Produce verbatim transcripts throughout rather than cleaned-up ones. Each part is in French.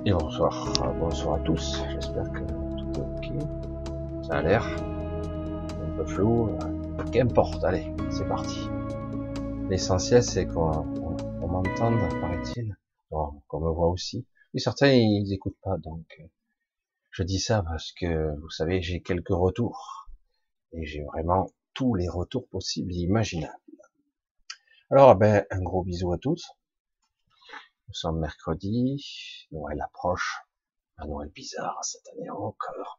Et bonsoir, bonsoir à tous, j'espère que tout est ok, ça a l'air un peu flou, qu'importe, allez, c'est parti. L'essentiel c'est qu'on on, on m'entende, paraît-il, bon, qu'on me voit aussi, et certains ils écoutent pas, donc je dis ça parce que, vous savez, j'ai quelques retours, et j'ai vraiment tous les retours possibles et imaginables. Alors, ben, un gros bisou à tous, nous sommes mercredi, Noël approche, un Noël bizarre cette année encore.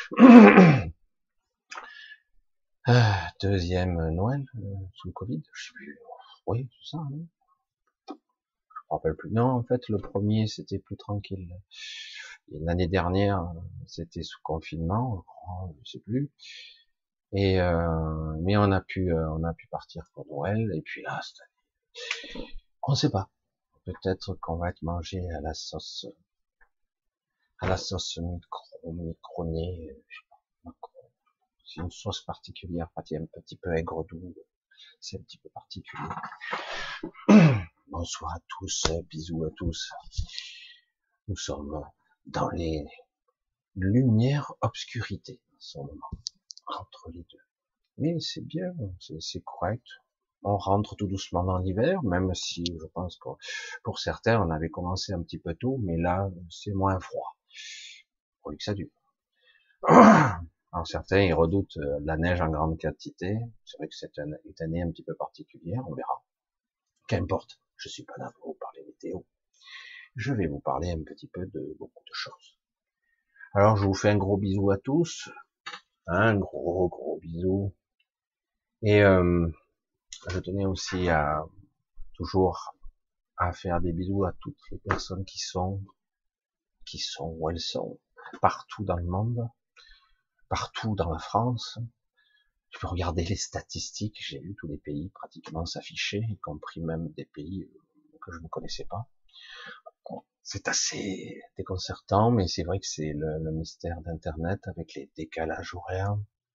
Ah, deuxième Noël euh, sous le Covid, je sais plus. Oui, c'est ça. Non, je me rappelle plus. Non, en fait, le premier c'était plus tranquille. L'année dernière, c'était sous confinement, je crois, je sais plus. Et euh, mais on a pu, euh, on a pu partir pour Noël. Et puis là, cette année, on sait pas. Peut-être qu'on va être mangé à la sauce, à la sauce micro, micronée. Je sais pas, c'est une sauce particulière, un petit peu aigre doux. C'est un petit peu particulier. Bonsoir à tous, bisous à tous. Nous sommes dans les lumières obscurités en ce moment, entre les deux. Mais c'est bien, c'est correct. On rentre tout doucement dans l'hiver, même si je pense que pour certains on avait commencé un petit peu tôt, mais là c'est moins froid. Pour que ça dure. Alors certains ils redoutent la neige en grande quantité. C'est vrai que c'est une année un petit peu particulière, on verra. Qu'importe, je suis pas là pour vous parler météo. Je vais vous parler un petit peu de beaucoup de choses. Alors je vous fais un gros bisou à tous, un gros gros bisou. Et euh, je tenais aussi à toujours à faire des bisous à toutes les personnes qui sont, qui sont où elles sont, partout dans le monde, partout dans la France. Je peux regarder les statistiques, j'ai vu tous les pays pratiquement s'afficher, y compris même des pays que je ne connaissais pas. C'est assez déconcertant, mais c'est vrai que c'est le, le mystère d'Internet avec les décalages horaires.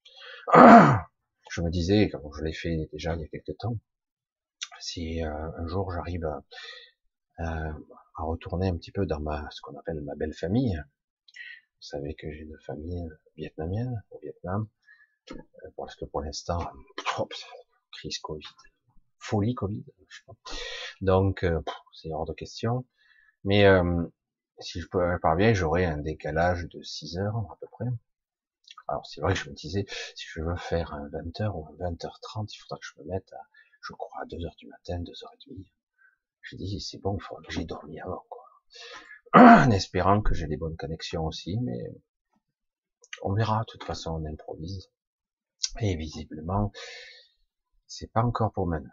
Je me disais, comme je l'ai fait déjà il y a quelques temps, si euh, un jour j'arrive à, à, à retourner un petit peu dans ma, ce qu'on appelle ma belle famille. Vous savez que j'ai une famille vietnamienne au Vietnam, parce que pour l'instant, crise Covid, folie Covid, je sais pas. Donc euh, c'est hors de question. Mais euh, si je parviens, j'aurai un décalage de six heures à peu près. Alors c'est vrai que je me disais, si je veux faire un vingt heures ou un vingt heures trente, il faudra que je me mette à, je crois, à deux heures du matin, deux heures trente. Je dis, c'est bon, il faudra que j'ai dormi avant, quoi. En espérant que j'ai des bonnes connexions aussi, mais on verra, de toute façon, on improvise. Et visiblement, c'est pas encore pour maintenant.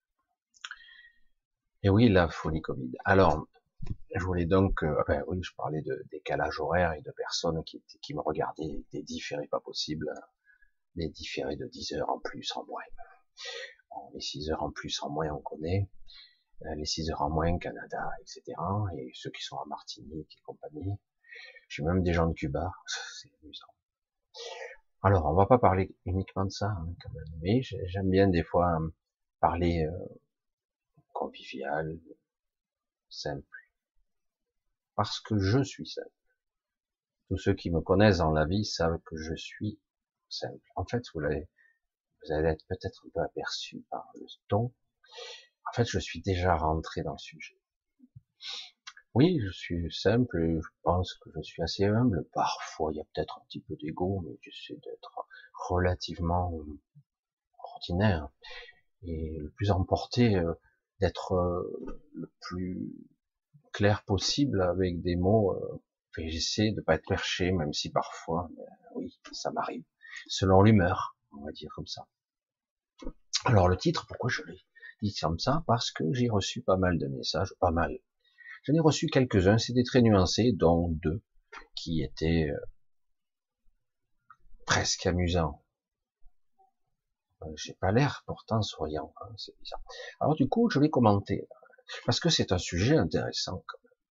Et oui, la folie Covid. Alors, je voulais donc, euh, enfin, oui, je parlais de décalage horaire et de personnes qui, qui me regardaient, des différés pas possibles, des différés de dix heures en plus, en moins. Bon, les six heures en plus, en moins, on connaît. Les six heures en moins, Canada, et cetera. Et ceux qui sont à Martinique et compagnie. J'ai même des gens de Cuba, c'est amusant. Alors, on va pas parler uniquement de ça, hein, quand même. Mais j'aime bien des fois parler euh, convivial, simple. Parce que je suis simple. Tous ceux qui me connaissent dans la vie savent que je suis simple. En fait, vous l'avez, vous allez être peut-être un peu aperçu par le ton. En fait, je suis déjà rentré dans le sujet. Oui, je suis simple et je pense que je suis assez humble. Parfois, il y a peut-être un petit peu d'ego, mais j'essaie d'être relativement ordinaire et le plus emporté, euh, d'être euh, le plus clair possible avec des mots. Euh, j'essaie de pas être perché, même si parfois, ben, oui, ça m'arrive. Selon l'humeur, on va dire comme ça. Alors le titre, pourquoi je l'ai dit comme ça? Parce que j'ai reçu pas mal de messages, pas mal. J'en ai reçu quelques-uns, c'était très nuancé, dont deux qui étaient euh, presque amusants. Euh, j'ai pas l'air pourtant souriant, hein, c'est bizarre. Alors du coup, je vais commenter, parce que c'est un sujet intéressant quand même.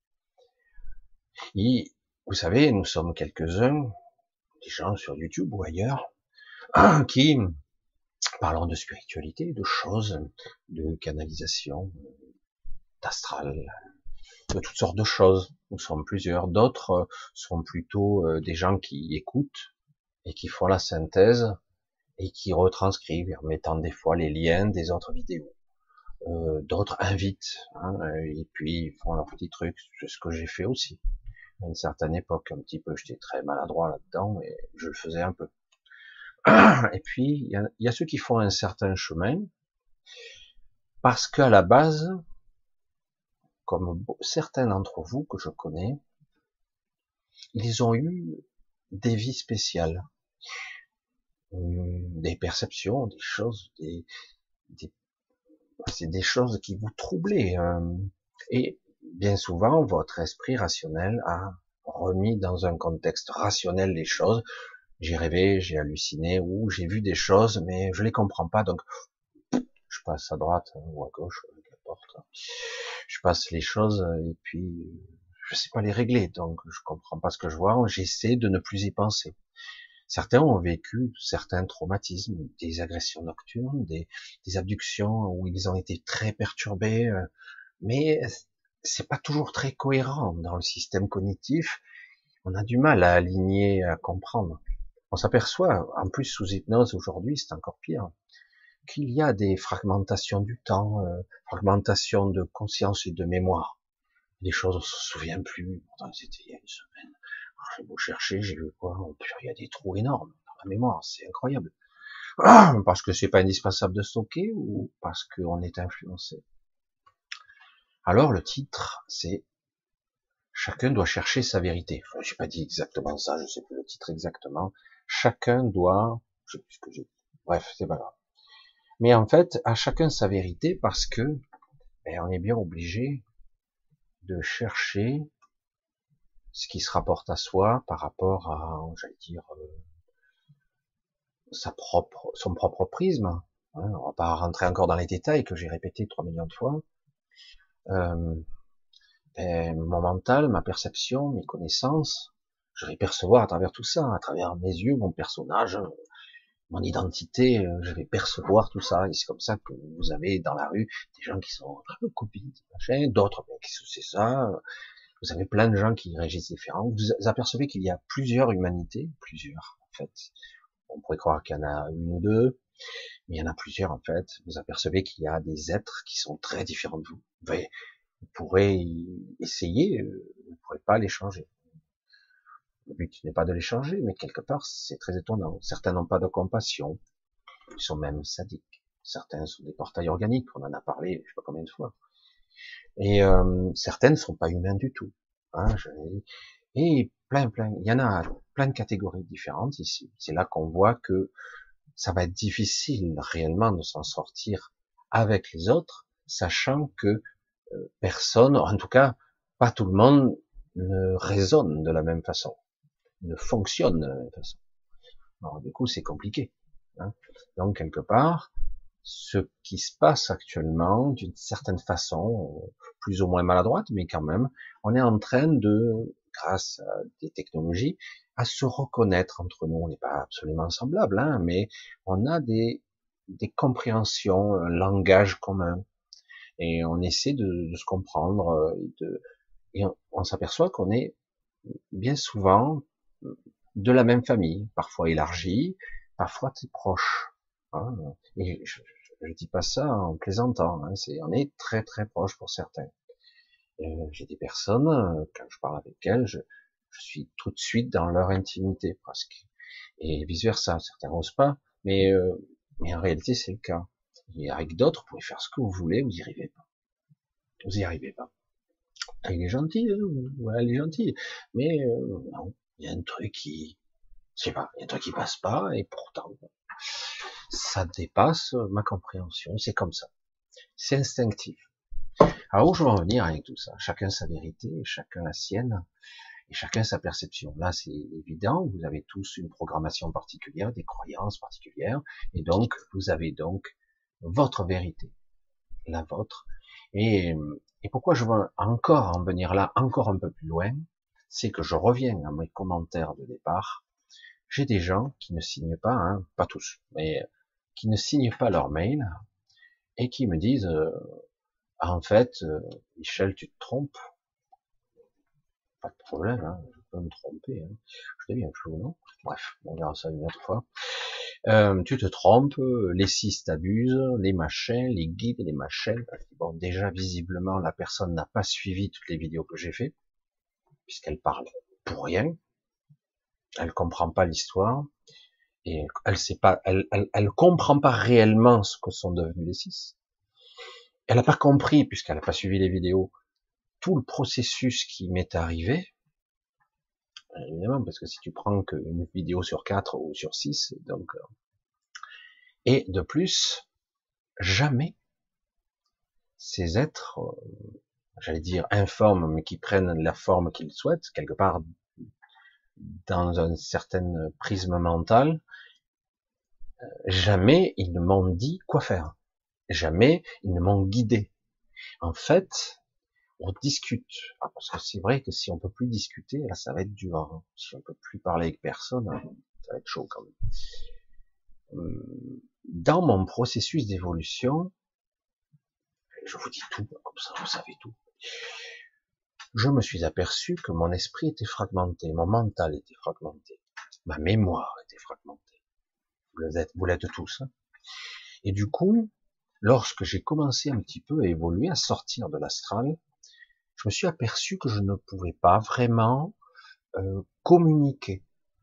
Et vous savez, nous sommes quelques-uns, des gens sur YouTube ou ailleurs, qui parlons de spiritualité, de choses, de canalisation, d'astral, de toutes sortes de choses. Nous sommes plusieurs. D'autres euh, sont plutôt euh, des gens qui écoutent et qui font la synthèse et qui retranscrivent, en mettant des fois les liens des autres vidéos. Euh, d'autres invitent, hein, et puis ils font leur petit truc. C'est ce que j'ai fait aussi. À une certaine époque, un petit peu, j'étais très maladroit là-dedans, et je le faisais un peu. Et puis, il y a, il y a ceux qui font un certain chemin, parce qu'à la base, comme certains d'entre vous que je connais, ils ont eu des vies spéciales, des perceptions, des choses, des, des c'est des choses qui vous troublaient. Euh, et bien souvent, votre esprit rationnel a remis dans un contexte rationnel les choses. J'ai rêvé, j'ai halluciné, ou j'ai vu des choses, mais je les comprends pas, donc je passe à droite ou à gauche, qu'importe. Je passe les choses et puis je sais pas les régler, donc je comprends pas ce que je vois. J'essaie de ne plus y penser. Certains ont vécu certains traumatismes, des agressions nocturnes, des, des abductions où ils ont été très perturbés, mais c'est pas toujours très cohérent dans le système cognitif. On a du mal à aligner, à comprendre. On s'aperçoit, en plus sous hypnose aujourd'hui, c'est encore pire, qu'il y a des fragmentations du temps, euh, fragmentation de conscience et de mémoire. Des choses on se souvient plus. Pourtant, c'était il y a une semaine. J'ai beau chercher, j'ai vu quoi, oh, il y a des trous énormes dans la mémoire, c'est incroyable. Ah, parce que c'est pas indispensable de stocker ou parce qu'on est influencé. Alors le titre, c'est chacun doit chercher sa vérité. Enfin, j'ai pas dit exactement ça, je sais plus le titre exactement. Chacun doit, je sais plus ce que j'ai dit. Bref, c'est pas grave. Mais en fait, à chacun sa vérité parce que ben, on est bien obligé de chercher ce qui se rapporte à soi par rapport à, j'allais dire, euh, sa propre, son propre prisme. Hein, on va pas rentrer encore dans les détails que j'ai répété trois millions de fois. Euh, ben, mon mental, ma perception, mes connaissances, je vais percevoir à travers tout ça, à travers mes yeux, mon personnage, mon identité, je vais percevoir tout ça. Et c'est comme ça que vous avez dans la rue des gens qui sont copies, machin, d'autres qui c'est ça. Vous avez plein de gens qui réagissent différents. Vous apercevez qu'il y a plusieurs humanités, plusieurs en fait. On pourrait croire qu'il y en a une ou deux, mais il y en a plusieurs en fait. Vous apercevez qu'il y a des êtres qui sont très différents de vous. Vous, voyez, vous pourrez essayer, vous ne pourrez pas les changer. Le but n'est pas de les changer, mais quelque part c'est très étonnant. Certains n'ont pas de compassion, ils sont même sadiques. Certains sont des portails organiques, on en a parlé je sais pas combien de fois. Et euh, certaines ne sont pas humains du tout. Hein, je... Et plein, plein, il y en a plein de catégories différentes ici. C'est là qu'on voit que ça va être difficile réellement de s'en sortir avec les autres, sachant que euh, personne, en tout cas pas tout le monde, ne raisonne de la même façon, ne fonctionne de la même façon. Alors du coup c'est compliqué. Hein. Donc quelque part, ce qui se passe actuellement, d'une certaine façon, plus ou moins maladroite, mais quand même, on est en train de, grâce à des technologies, à se reconnaître entre nous. On n'est pas absolument semblables, hein, mais on a des, des compréhensions, un langage commun, et on essaie de, de se comprendre, et, de, et on, on s'aperçoit qu'on est bien souvent de la même famille, parfois élargie, parfois très proche. Hein, et je, je dis pas ça en plaisantant, hein, c'est, on est très très proche pour certains. Euh, j'ai des personnes, quand je parle avec elles, je, je suis tout de suite dans leur intimité presque. Et vice versa, certains n'osent pas, mais, euh, mais en réalité c'est le cas. Et avec d'autres, vous pouvez faire ce que vous voulez, vous n'y arrivez pas. Vous n'y arrivez pas. Ah, il est gentil, hein, ouais, il est gentil, mais euh, non, il y a un truc qui, je sais pas, il y a un truc qui passe pas, et pourtant, ça dépasse ma compréhension, c'est comme ça. C'est instinctif. Alors où je veux en venir avec tout ça? Chacun sa vérité, chacun la sienne, et chacun sa perception. Là, c'est évident, vous avez tous une programmation particulière, des croyances particulières, et donc, vous avez donc votre vérité, la vôtre. Et, et pourquoi je veux encore en venir là, encore un peu plus loin, c'est que je reviens à mes commentaires de départ. J'ai des gens qui ne signent pas, hein, pas tous, mais qui ne signent pas leur mail, et qui me disent, euh, ah, en fait, euh, Michel, tu te trompes, pas de problème, hein, je peux me tromper, hein. Je deviens flou, non? Bref, on verra ça une autre fois. Euh, tu te trompes, les six t'abusent, les machins, les guides, les machins. Bon, déjà, visiblement, la personne n'a pas suivi toutes les vidéos que j'ai fait, puisqu'elle parle pour rien. Elle comprend pas l'histoire, et elle sait pas, elle, elle, elle comprend pas réellement ce que sont devenus les six. Elle n'a pas compris, puisqu'elle n'a pas suivi les vidéos, tout le processus qui m'est arrivé. Évidemment, parce que si tu prends qu'une vidéo sur quatre ou sur six, donc, et de plus, jamais ces êtres, euh, j'allais dire informes, mais qui prennent la forme qu'ils souhaitent, quelque part dans un certain prisme mental, jamais ils ne m'ont dit quoi faire. Jamais ils ne m'ont guidé. En fait, on discute. Ah, parce que c'est vrai que si on peut plus discuter, là, ça va être dur. Hein. Si on peut plus parler avec personne, hein, ça va être chaud quand même. Dans mon processus d'évolution, je vous dis tout, comme ça vous savez tout. Je me suis aperçu que mon esprit était fragmenté, mon mental était fragmenté, ma mémoire était fragmentée. Vous l'êtes, vous l'êtes tous. Hein. Et du coup, lorsque j'ai commencé un petit peu à évoluer, à sortir de l'astral, je me suis aperçu que je ne pouvais pas vraiment euh, communiquer.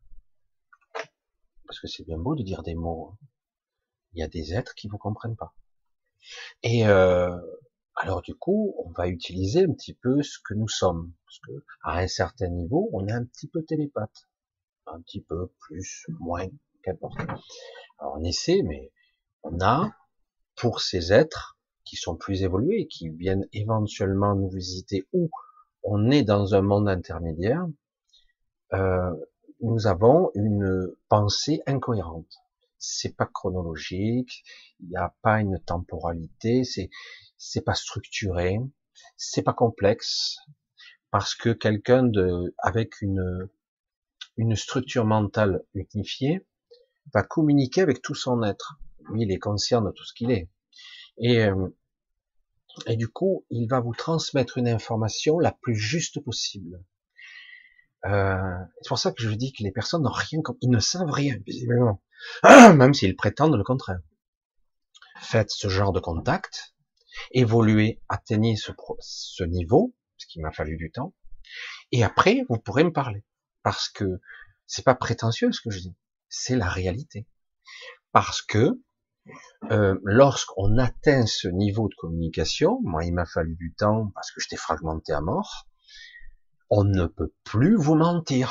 Parce que c'est bien beau de dire des mots. Hein. Il y a des êtres qui vous comprennent pas. Et euh, alors du coup, on va utiliser un petit peu ce que nous sommes. Parce que à un certain niveau, on est un petit peu télépathe. Un petit peu, plus, moins, qu'importe. Alors on essaie, mais on a, pour ces êtres qui sont plus évolués, qui viennent éventuellement nous visiter, ou on est dans un monde intermédiaire, euh, nous avons une pensée incohérente. C'est pas chronologique, il n'y a pas une temporalité, c'est c'est pas structuré, c'est pas complexe, parce que quelqu'un de avec une une structure mentale unifiée va communiquer avec tout son être. Lui, il est conscient de tout ce qu'il est. Et, euh, et du coup, il va vous transmettre une information la plus juste possible. Euh, c'est pour ça que je dis que les personnes n'ont rien, ils ne savent rien, visiblement. Même s'ils prétendent le contraire. Faites ce genre de contact, évoluez, atteignez ce, ce niveau, ce qui m'a fallu du temps, et après, vous pourrez me parler. Parce que c'est pas prétentieux ce que je dis, c'est la réalité. Parce que euh, lorsqu'on atteint ce niveau de communication, moi il m'a fallu du temps parce que j'étais fragmenté à mort, on ne peut plus vous mentir.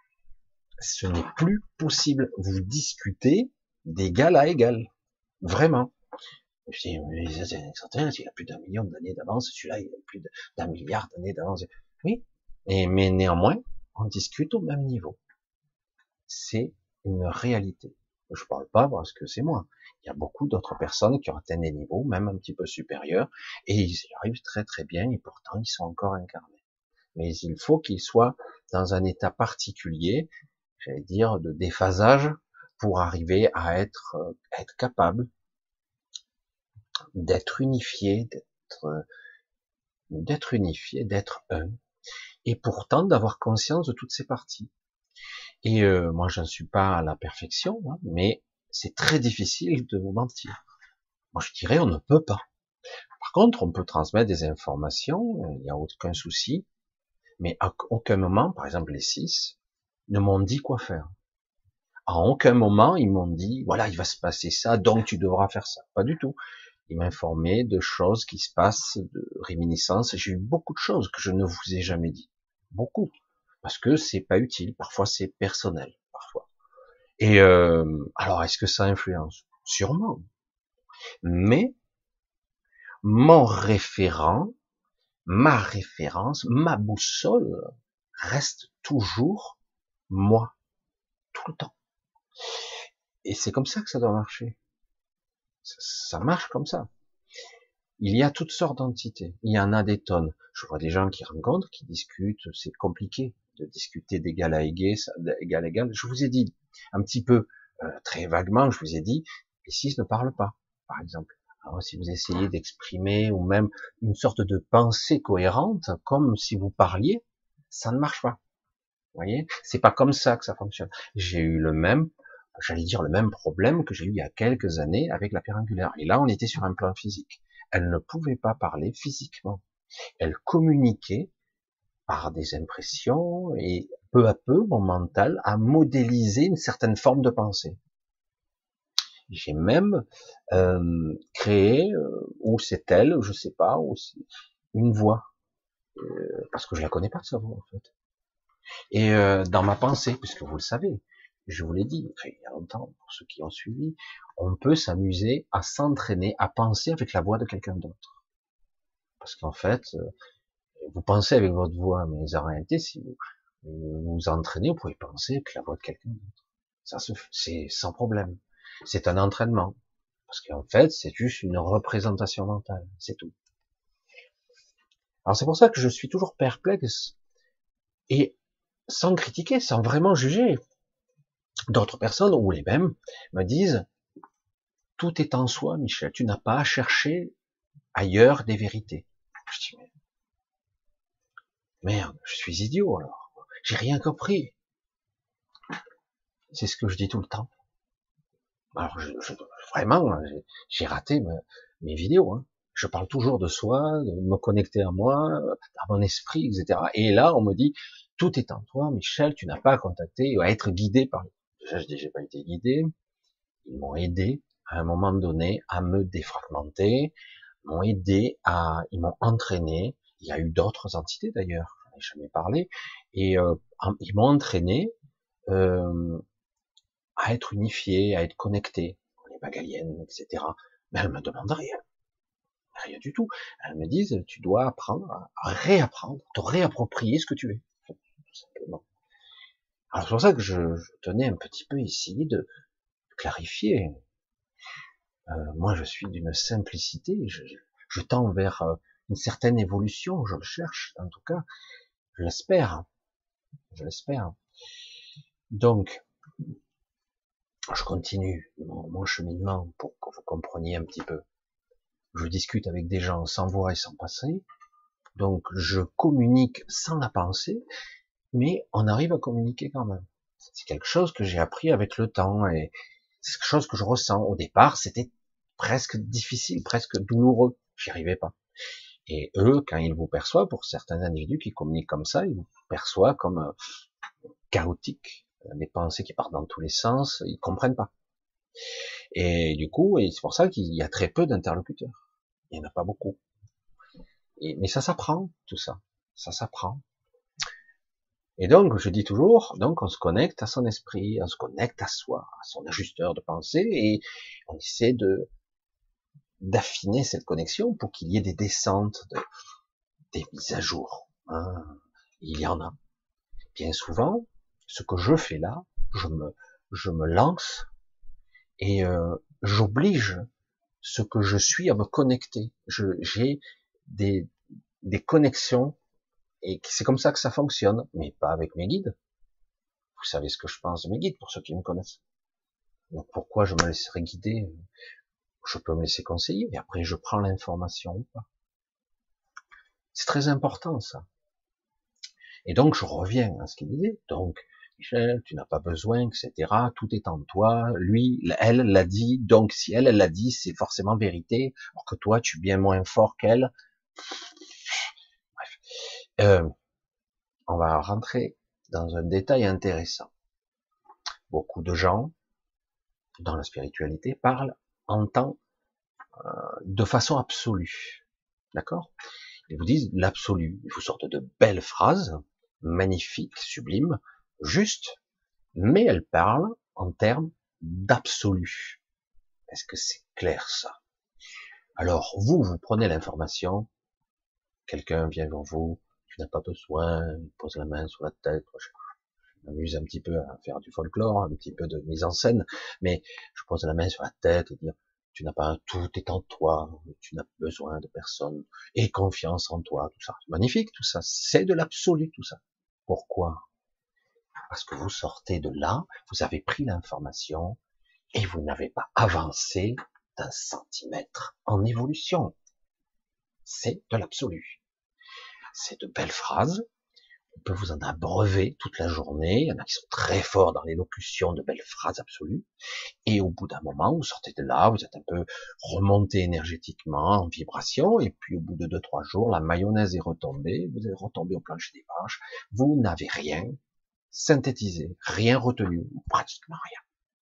Ce n'est plus possible. Vous discutez d'égal à égal. Vraiment. Je dis, mais les extraterrestres, il a plus d'un million d'années d'avance, celui-là, il a plus d'un milliard d'années d'avance. Oui. Et, mais néanmoins, on discute au même niveau. C'est une réalité. Je parle pas parce que c'est moi. Il y a beaucoup d'autres personnes qui ont atteint des niveaux, même un petit peu supérieurs, et ils y arrivent très très bien, et pourtant ils sont encore incarnés. Mais il faut qu'ils soient dans un état particulier, j'allais dire, de déphasage, pour arriver à être, à être capable d'être unifié, d'être, d'être unifié, d'être un, et pourtant d'avoir conscience de toutes ces parties. Et euh, moi, je ne suis pas à la perfection, hein, mais c'est très difficile de vous mentir. Moi, je dirais, on ne peut pas. Par contre, on peut transmettre des informations, il n'y a aucun souci, mais à aucun moment, par exemple les six, ne m'ont dit quoi faire. À aucun moment, ils m'ont dit, voilà, il va se passer ça, donc tu devras faire ça. Pas du tout. Ils m'informaient de choses qui se passent, de réminiscences. J'ai eu beaucoup de choses que je ne vous ai jamais dit. Beaucoup. Parce que c'est pas utile. Parfois, c'est personnel. Parfois. Et euh, alors, est-ce que ça influence? Sûrement. Mais mon référent, ma référence, ma boussole reste toujours moi, tout le temps. Et c'est comme ça que ça doit marcher. Ça marche comme ça. Il y a toutes sortes d'entités. Il y en a des tonnes. Je vois des gens qui rencontrent, qui discutent. C'est compliqué de discuter d'égal à égal, d'égal à égal. Je vous ai dit un petit peu, euh, très vaguement, je vous ai dit, les six ne parlent pas, par exemple. Alors, si vous essayez d'exprimer ou même une sorte de pensée cohérente, comme si vous parliez, ça ne marche pas. Vous voyez, c'est pas comme ça que ça fonctionne. J'ai eu le même, j'allais dire le même problème que j'ai eu il y a quelques années avec la pierre angulaire. Et là, on était sur un plan physique. Elle ne pouvait pas parler physiquement. Elle communiquait par des impressions et peu à peu, mon mental a modélisé une certaine forme de pensée. J'ai même euh, créé, euh, ou c'est elle, je sais pas, ou c'est une voix, euh, parce que je la connais pas de sa voix en fait. Et euh, dans ma pensée, puisque vous le savez, je vous l'ai dit, enfin, il y a longtemps, pour ceux qui ont suivi, on peut s'amuser à s'entraîner à penser avec la voix de quelqu'un d'autre. Parce qu'en fait, euh, vous pensez avec votre voix, mais en réalité, si vous vous, vous entraînez, vous pouvez penser avec la voix de quelqu'un d'autre. Ça se, c'est sans problème. C'est un entraînement. Parce qu'en fait, c'est juste une représentation mentale. C'est tout. Alors c'est pour ça que je suis toujours perplexe et sans critiquer, sans vraiment juger. D'autres personnes, ou les mêmes, me disent, tout est en soi, Michel. Tu n'as pas à chercher ailleurs des vérités. Je dis, mais merde, je suis idiot alors. J'ai rien compris. C'est ce que je dis tout le temps. Alors, je, je, vraiment, j'ai raté ma, mes vidéos. Hein. Je parle toujours de soi, de me connecter à moi, à mon esprit, et cetera. Et là, on me dit, tout est en toi, Michel, tu n'as pas à contacter, à être guidé par... Déjà, je dis, j'ai pas été guidé. Ils m'ont aidé, à un moment donné, à me défragmenter, m'ont aidé à... Ils m'ont entraîné. Il y a eu d'autres entités, d'ailleurs, j'en ai jamais parlé. Et euh, ils m'ont entraîné... Euh, à être unifié, à être connecté, les Magaliennes, et cetera. Mais elles me demandent rien, rien du tout. Elles me disent, tu dois apprendre à réapprendre, te réapproprier ce que tu es, tout simplement. Alors c'est pour ça que je, je tenais un petit peu ici de clarifier. Euh, moi, je suis d'une simplicité, je, je tends vers euh, une certaine évolution, je le cherche, en tout cas, je l'espère, je l'espère. Donc, je continue mon, mon cheminement pour que vous compreniez un petit peu. Je discute avec des gens sans voix et sans pensée, donc je communique sans la pensée, mais on arrive à communiquer quand même. C'est quelque chose que j'ai appris avec le temps et c'est quelque chose que je ressens. Au départ, c'était presque difficile, presque douloureux. J'y arrivais pas. Et eux, quand ils vous perçoivent, pour certains individus qui communiquent comme ça, ils vous perçoivent comme euh, chaotique, des pensées qui partent dans tous les sens, ils comprennent pas. Et du coup, et c'est pour ça qu'il y a très peu d'interlocuteurs. Il n'y en a pas beaucoup. Et, mais ça s'apprend, tout ça. Ça s'apprend. Et donc, je dis toujours, donc on se connecte à son esprit, on se connecte à soi, à son ajusteur de pensée, et on essaie de d'affiner cette connexion pour qu'il y ait des descentes, de, des mises à jour. Hein. Il y en a. Bien souvent, ce que je fais là, je me, je me lance et euh, j'oblige ce que je suis à me connecter. Je, j'ai des, des connexions et c'est comme ça que ça fonctionne, mais pas avec mes guides. Vous savez ce que je pense de mes guides pour ceux qui me connaissent. Donc pourquoi je me laisserais guider? Je peux me laisser conseiller et après je prends l'information ou pas. C'est très important ça. Et donc je reviens à ce qu'il disait. Donc Michel, tu n'as pas besoin, et cetera. Tout est en toi. Lui, elle l'a dit. Donc si elle, elle l'a dit, c'est forcément vérité. Alors que toi, tu es bien moins fort qu'elle. Bref. Euh, on va rentrer dans un détail intéressant. Beaucoup de gens dans la spiritualité parlent en temps euh, de façon absolue. D'accord? Ils vous disent l'absolu. Ils vous sortent de belles phrases, magnifiques, sublimes, justes, mais elles parlent en termes d'absolu. Est-ce que c'est clair ça? Alors vous, vous prenez l'information, quelqu'un vient vers vous, tu n'as pas besoin, il pose la main sur la tête, je m'amuse un petit peu à faire du folklore, un petit peu de mise en scène, mais je pose la main sur la tête et dire tu n'as pas un tout est en toi, tu n'as besoin de personne, et confiance en toi, tout ça. C'est magnifique, tout ça. C'est de l'absolu, tout ça. Pourquoi? Parce que vous sortez de là, vous avez pris l'information, et vous n'avez pas avancé d'un centimètre en évolution. C'est de l'absolu. C'est de belles phrases, On peut vous en abreuver toute la journée. Il y en a qui sont très forts dans l'élocution de belles phrases absolues. Et au bout d'un moment, vous sortez de là, vous êtes un peu remonté énergétiquement, en vibration, et puis au bout de deux, trois jours, la mayonnaise est retombée, vous êtes retombé au plancher des vaches, vous n'avez rien synthétisé, rien retenu, ou pratiquement rien.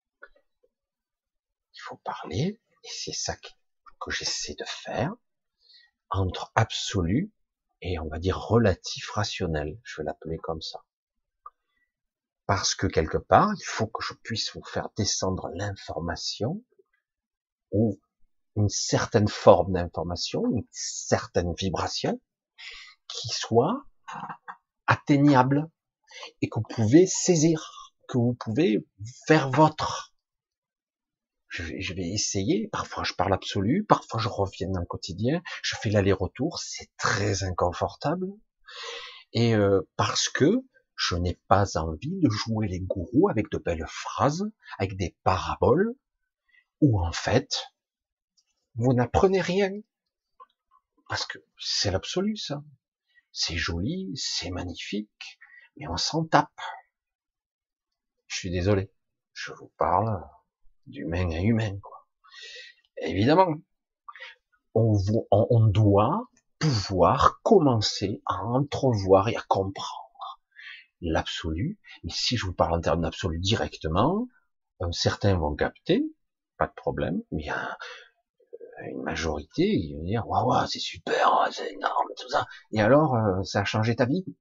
Il faut parler, et c'est ça que, que j'essaie de faire, entre absolu et on va dire relatif rationnel, je vais l'appeler comme ça. Parce que quelque part, il faut que je puisse vous faire descendre l'information, ou une certaine forme d'information, une certaine vibration, qui soit atteignable, et que vous pouvez saisir, que vous pouvez faire votre. Je vais, je vais essayer, parfois je parle absolu, parfois je reviens dans le quotidien, je fais l'aller-retour, c'est très inconfortable, et euh, parce que je n'ai pas envie de jouer les gourous avec de belles phrases, avec des paraboles, où en fait, vous n'apprenez rien, parce que c'est l'absolu ça. C'est joli, c'est magnifique, mais on s'en tape. Je suis désolé, je vous parle d'humain à humain, quoi. Évidemment, on, on, on doit pouvoir commencer à entrevoir et à comprendre l'absolu, mais si je vous parle en termes d'absolu directement, certains vont capter, pas de problème, mais il y a une majorité, ils vont dire, waouh, wow, c'est super, c'est énorme, tout ça, et alors, euh, ça a changé ta vie?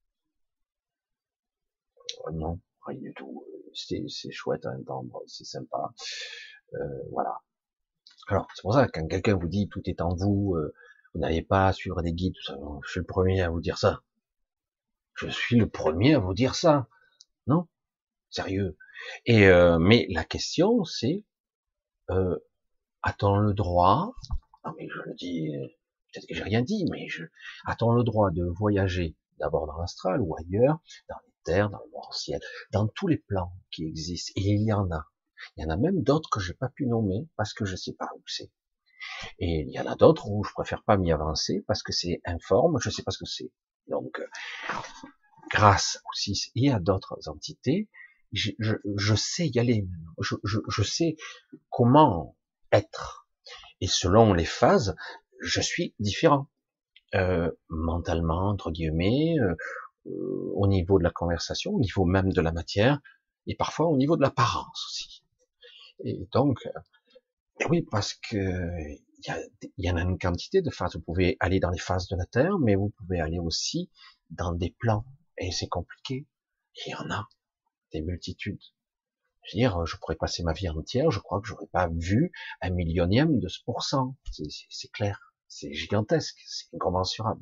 Euh, non, rien du tout, c'est, c'est chouette à entendre, c'est sympa, euh, voilà. Alors, c'est pour ça, quand quelqu'un vous dit, tout est en vous, euh, vous n'avez pas à suivre des guides, tout ça, je suis le premier à vous dire ça. Je suis le premier à vous dire ça. Non? Sérieux. Et euh, mais la question, c'est, euh, a-t-on le droit, non mais je le dis, peut-être que j'ai rien dit, mais je, a-t-on le droit de voyager d'abord dans l'astral ou ailleurs, dans les terres, dans le monde ciel, dans tous les plans qui existent, et il y en a. Il y en a même d'autres que j'ai pas pu nommer parce que je sais pas où c'est. Et il y en a d'autres où je préfère pas m'y avancer parce que c'est informe, je sais pas ce que c'est. Donc, grâce aussi et à d'autres entités, je, je, je sais y aller. Je, je, je sais comment être. Et selon les phases, je suis différent. Euh, mentalement, entre guillemets, euh, euh, au niveau de la conversation, au niveau même de la matière, et parfois au niveau de l'apparence aussi. Et donc, euh, oui, parce que il y, a, y en a une quantité de phases. Vous pouvez aller dans les phases de la Terre, mais vous pouvez aller aussi dans des plans. Et c'est compliqué. Il y en a des multitudes. Je veux dire, je pourrais passer ma vie entière, je crois que j'aurais pas vu un millionième de ce pourcent. C'est clair. C'est gigantesque. C'est incommensurable.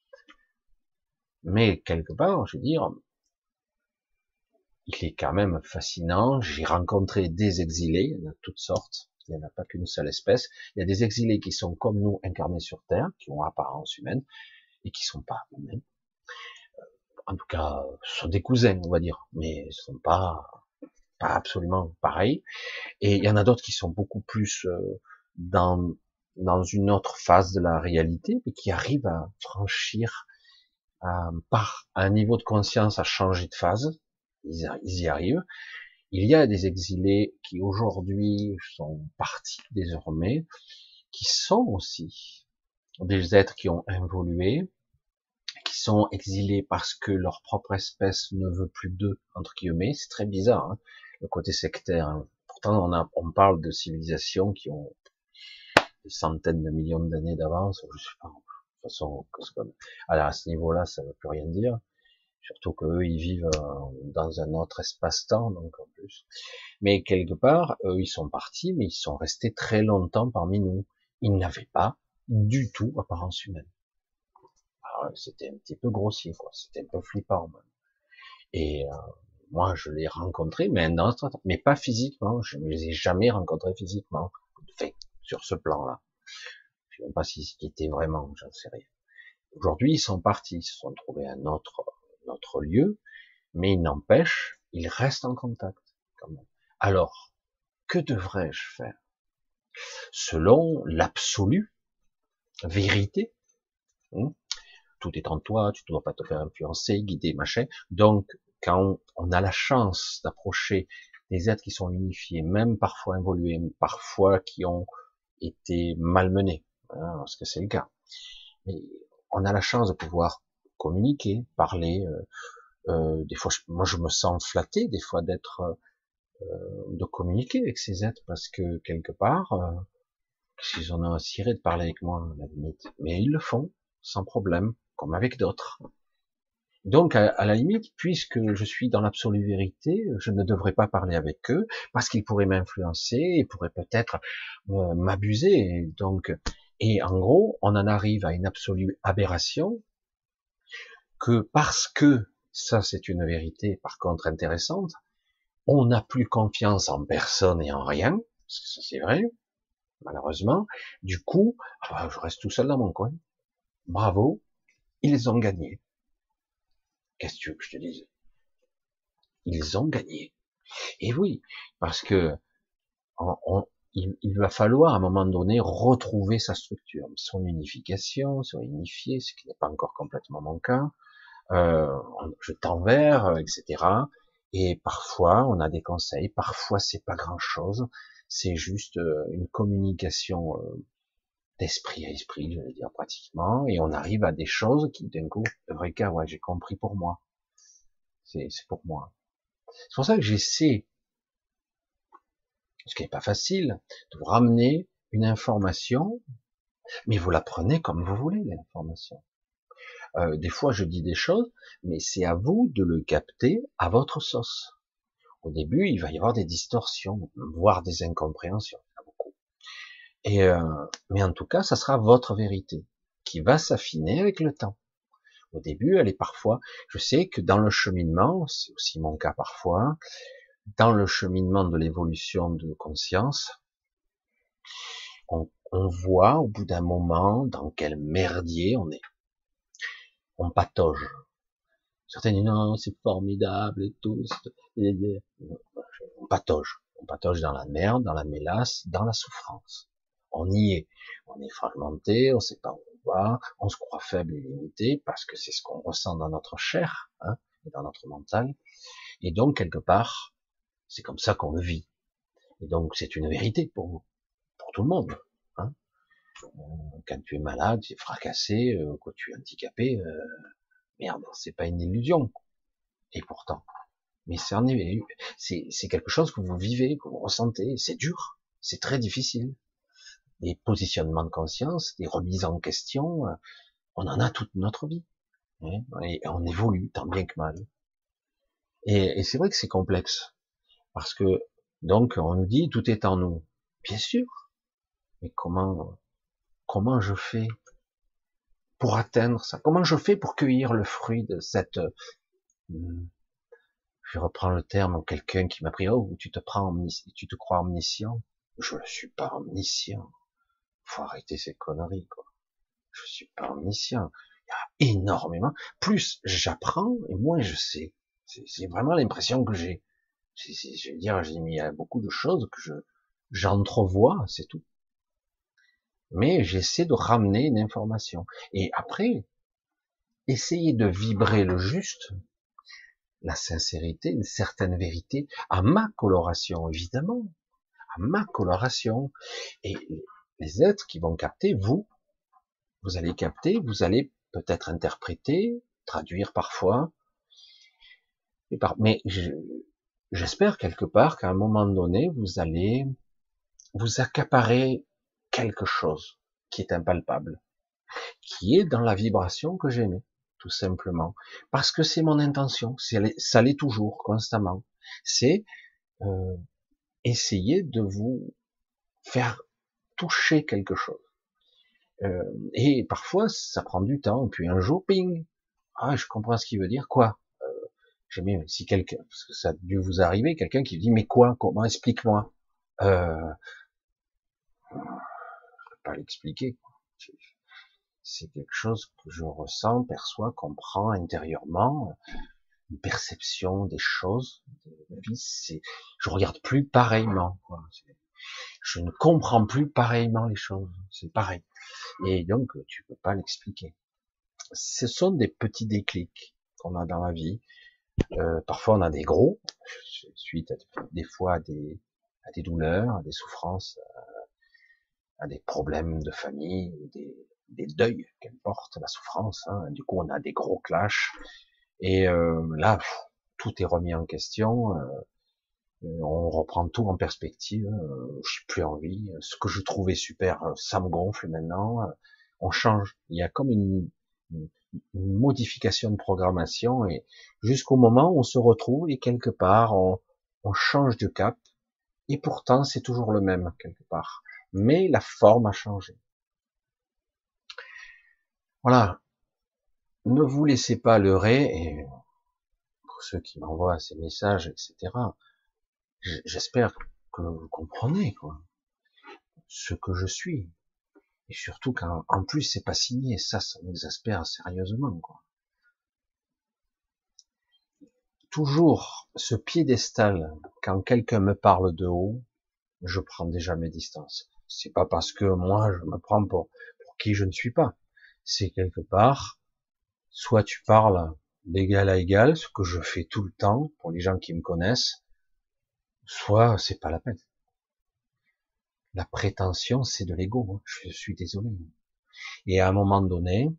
Mais quelque part, je veux dire, il est quand même fascinant. J'ai rencontré des exilés, il y en a toutes sortes. Il n'y en a pas qu'une seule espèce. Il y a des exilés qui sont comme nous, incarnés sur Terre, qui ont apparence humaine, et qui sont pas humains. En tout cas, ce sont des cousins, on va dire, mais ils sont pas, pas absolument pareils. Et il y en a d'autres qui sont beaucoup plus euh, dans, dans une autre phase de la réalité, mais qui arrivent à franchir à, par un niveau de conscience à changer de phase. Ils, ils y arrivent. Il y a des exilés qui aujourd'hui sont partis désormais, qui sont aussi des êtres qui ont évolué, qui sont exilés parce que leur propre espèce ne veut plus d'eux, entre guillemets. C'est très bizarre, hein, le côté sectaire. Hein. Pourtant, on, a, on parle de civilisations qui ont des centaines de millions d'années d'avance. Je sais pas. De toute façon, alors à ce niveau-là, ça ne veut plus rien dire. Surtout qu'eux, ils vivent dans un autre espace-temps, donc en plus. Mais quelque part, eux, ils sont partis, mais ils sont restés très longtemps parmi nous. Ils n'avaient pas du tout apparence humaine. C'était un petit peu grossier, quoi. C'était un peu flippant, même. Et euh, moi, je l'ai rencontré, mais non, mais pas physiquement. Je ne les ai jamais rencontrés physiquement, enfin, sur ce plan-là. Je ne sais même pas si c'était vraiment, j'en sais rien. Aujourd'hui, ils sont partis, ils se sont trouvés un autre, un autre lieu, mais il n'empêche, ils restent en contact, quand même. Alors, que devrais-je faire? Selon l'absolue vérité, hein, tout est en toi, tu ne dois pas te faire influencer, guider, machin. Donc, quand on a la chance d'approcher des êtres qui sont unifiés, même parfois évolués, parfois qui ont été malmenés, hein, parce que c'est le cas. Mais on a la chance de pouvoir communiquer, parler. Euh, euh, des fois, je, moi, je me sens flatté, des fois, d'être, euh, de communiquer avec ces êtres, parce que quelque part, euh, s'ils en ont à cirer de parler avec moi, à la limite. Mais ils le font, sans problème, comme avec d'autres. Donc, à, à la limite, puisque je suis dans l'absolue vérité, je ne devrais pas parler avec eux, parce qu'ils pourraient m'influencer, ils pourraient peut-être euh, m'abuser. Donc, et en gros, on en arrive à une absolue aberration, que parce que, ça c'est une vérité par contre intéressante, on n'a plus confiance en personne et en rien, parce que ça c'est vrai, malheureusement. Du coup, ah bah, je reste tout seul dans mon coin. Bravo, ils ont gagné. Qu'est-ce que tu veux que je te dise? Ils ont gagné. Et oui, parce que on, on, il, il va falloir à un moment donné retrouver sa structure, son unification, se unifier, ce qui n'est pas encore complètement mon cas. Euh, je tends vers, et cetera. Et parfois, on a des conseils. Parfois, c'est pas grand-chose. C'est juste une communication d'esprit à esprit, je vais dire pratiquement. Et on arrive à des choses qui, d'un coup, Eureka, ouais, j'ai compris pour moi. C'est pour moi. C'est pour ça que j'essaie, ce qui n'est pas facile, de vous ramener une information, mais vous la prenez comme vous voulez, l'information. Euh, des fois, je dis des choses, mais c'est à vous de le capter à votre sauce. Au début, il va y avoir des distorsions, voire des incompréhensions, beaucoup. Et euh, mais en tout cas, ça sera votre vérité qui va s'affiner avec le temps. Au début, elle est parfois, je sais que dans le cheminement, c'est aussi mon cas parfois, dans le cheminement de l'évolution de conscience, on, on voit au bout d'un moment dans quel merdier on est. On patauge. Certains disent non, c'est formidable et tout. On patauge. On patauge dans la merde, dans la mélasse, dans la souffrance. On y est. On est fragmenté, on sait pas où on va, on se croit faible et limité parce que c'est ce qu'on ressent dans notre chair, hein, et dans notre mental. Et donc, quelque part, c'est comme ça qu'on le vit. Et donc, c'est une vérité pour vous, pour tout le monde. Hein. Quand tu es malade, tu es fracassé, euh, quand tu es handicapé, euh, merde, c'est pas une illusion. Et pourtant, mais c'est un éveil, c'est c'est quelque chose que vous vivez, que vous ressentez. C'est dur, c'est très difficile. Des positionnements de conscience, des remises en question, on en a toute notre vie. Hein, et on évolue tant bien que mal. Et, et c'est vrai que c'est complexe, parce que donc on nous dit tout est en nous. Bien sûr, mais comment comment je fais pour atteindre ça? Comment je fais pour cueillir le fruit de cette, je reprends le terme, quelqu'un qui m'a pris, oh, tu te prends omniscient, tu te crois omniscient. Je ne suis pas omniscient. Faut arrêter ces conneries, quoi. Je suis pas omniscient. Il y a énormément. Plus j'apprends, et moins je sais. C'est vraiment l'impression que j'ai. Je veux dire, j'ai mis beaucoup de choses que je, j'entrevois, c'est tout. Mais j'essaie de ramener une information. Et après, essayer de vibrer le juste, la sincérité, une certaine vérité, à ma coloration, évidemment, à ma coloration. Et les êtres qui vont capter, vous, vous allez capter, vous allez peut-être interpréter, traduire parfois, et par... mais je, j'espère quelque part qu'à un moment donné, vous allez vous accaparer quelque chose qui est impalpable, qui est dans la vibration que j'aimais, tout simplement, parce que c'est mon intention, ça l'est toujours, constamment. C'est euh, essayer de vous faire toucher quelque chose. Euh, et parfois, ça prend du temps, puis un jour, ping, ah, je comprends ce qu'il veut dire, quoi. Euh, J'aime bien, si quelqu'un, parce que ça a dû vous arriver, quelqu'un qui dit, mais quoi, comment, explique-moi. Euh, je peux pas l'expliquer. C'est quelque chose que je ressens, perçois, comprends intérieurement, une perception des choses, de la vie, c'est, je regarde plus pareillement, quoi. Je ne comprends plus pareillement les choses, c'est pareil. Et donc, tu peux pas l'expliquer. Ce sont des petits déclics qu'on a dans la vie. Euh, parfois on a des gros, suite à des fois à des, à des douleurs, à des souffrances, à des problèmes de famille, des, des deuils qu'importe la souffrance. Hein. Du coup on a des gros clashs. Et euh, là, pff, tout est remis en question. Euh, on reprend tout en perspective. Euh, j'ai plus envie. Ce que je trouvais super, ça me gonfle maintenant. Euh, on change. Il y a comme une, une, une modification de programmation et jusqu'au moment où on se retrouve et quelque part on, on change de cap. Et pourtant, c'est toujours le même quelque part. Mais la forme a changé. Voilà. Ne vous laissez pas leurrer. Et pour ceux qui m'envoient ces messages, et cetera. J'espère que vous comprenez quoi, ce que je suis. Et surtout qu'en en plus c'est pas signé, ça, ça m'exaspère sérieusement quoi. Toujours ce piédestal, quand quelqu'un me parle de haut, je prends déjà mes distances. C'est pas parce que moi je me prends pour, pour qui je ne suis pas. C'est quelque part, soit tu parles d'égal à égal, ce que je fais tout le temps pour les gens qui me connaissent, soit c'est pas la peine. La prétention, c'est de l'ego. Je suis désolé. Et à un moment donné,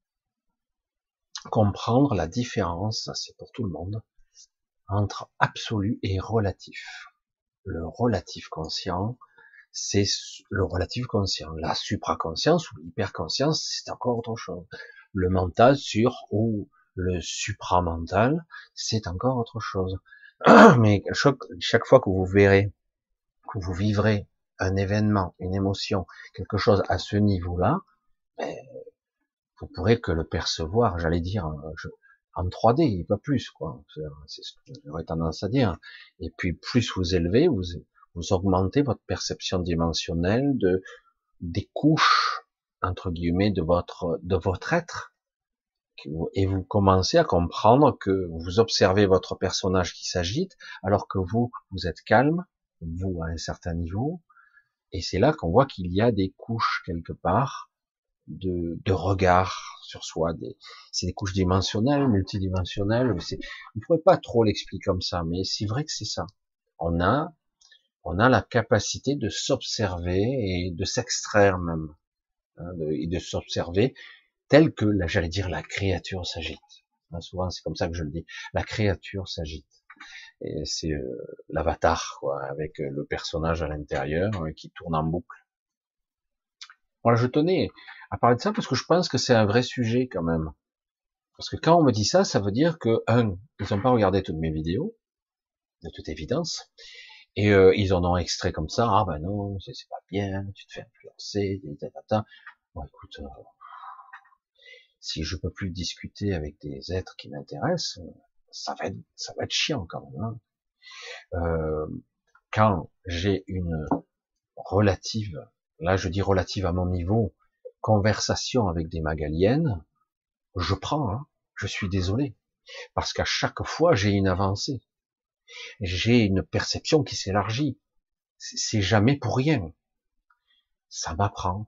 comprendre la différence, ça c'est pour tout le monde, entre absolu et relatif. Le relatif conscient, c'est le relatif conscient. La supraconscience ou l'hyperconscience, c'est encore autre chose. Le mental sur ou le supramental, c'est encore autre chose. Mais chaque, chaque fois que vous verrez, que vous vivrez un événement, une émotion, quelque chose à ce niveau-là, ben, vous pourrez que le percevoir, j'allais dire, je, en trois D, pas plus, quoi. C'est ce que j'aurais tendance à dire. Et puis, plus vous élevez, vous, vous augmentez votre perception dimensionnelle de, des couches, entre guillemets, de votre, de votre être. Et vous commencez à comprendre que vous observez votre personnage qui s'agite, alors que vous, vous êtes calme, vous, à un certain niveau. Et c'est là qu'on voit qu'il y a des couches quelque part, de, de regard sur soi. Des, c'est des couches dimensionnelles, multidimensionnelles. C'est, on ne pourrait pas trop l'expliquer comme ça, mais c'est vrai que c'est ça. On a, on a la capacité de s'observer et de s'extraire même, hein, de, et de s'observer tel que, là, j'allais dire, la créature s'agite. Hein, souvent, c'est comme ça que je le dis. La créature s'agite. Et c'est euh, l'avatar, quoi, avec euh, le personnage à l'intérieur euh, qui tourne en boucle. Voilà, je tenais à parler de ça parce que je pense que c'est un vrai sujet quand même. Parce que quand on me dit ça, ça veut dire que, un, ils n'ont pas regardé toutes mes vidéos, de toute évidence, et euh, ils en ont extrait comme ça, ah ben non, c'est pas bien, tu te fais influencer, tata. Bon, écoute, euh, si je peux plus discuter avec des êtres qui m'intéressent, ça va être, ça va être chiant quand même. Hein. Euh, quand j'ai une relative, là je dis relative à mon niveau, conversation avec des magaliennes, je prends, hein, je suis désolé, parce qu'à chaque fois j'ai une avancée, j'ai une perception qui s'élargit, c'est jamais pour rien, ça m'apprend,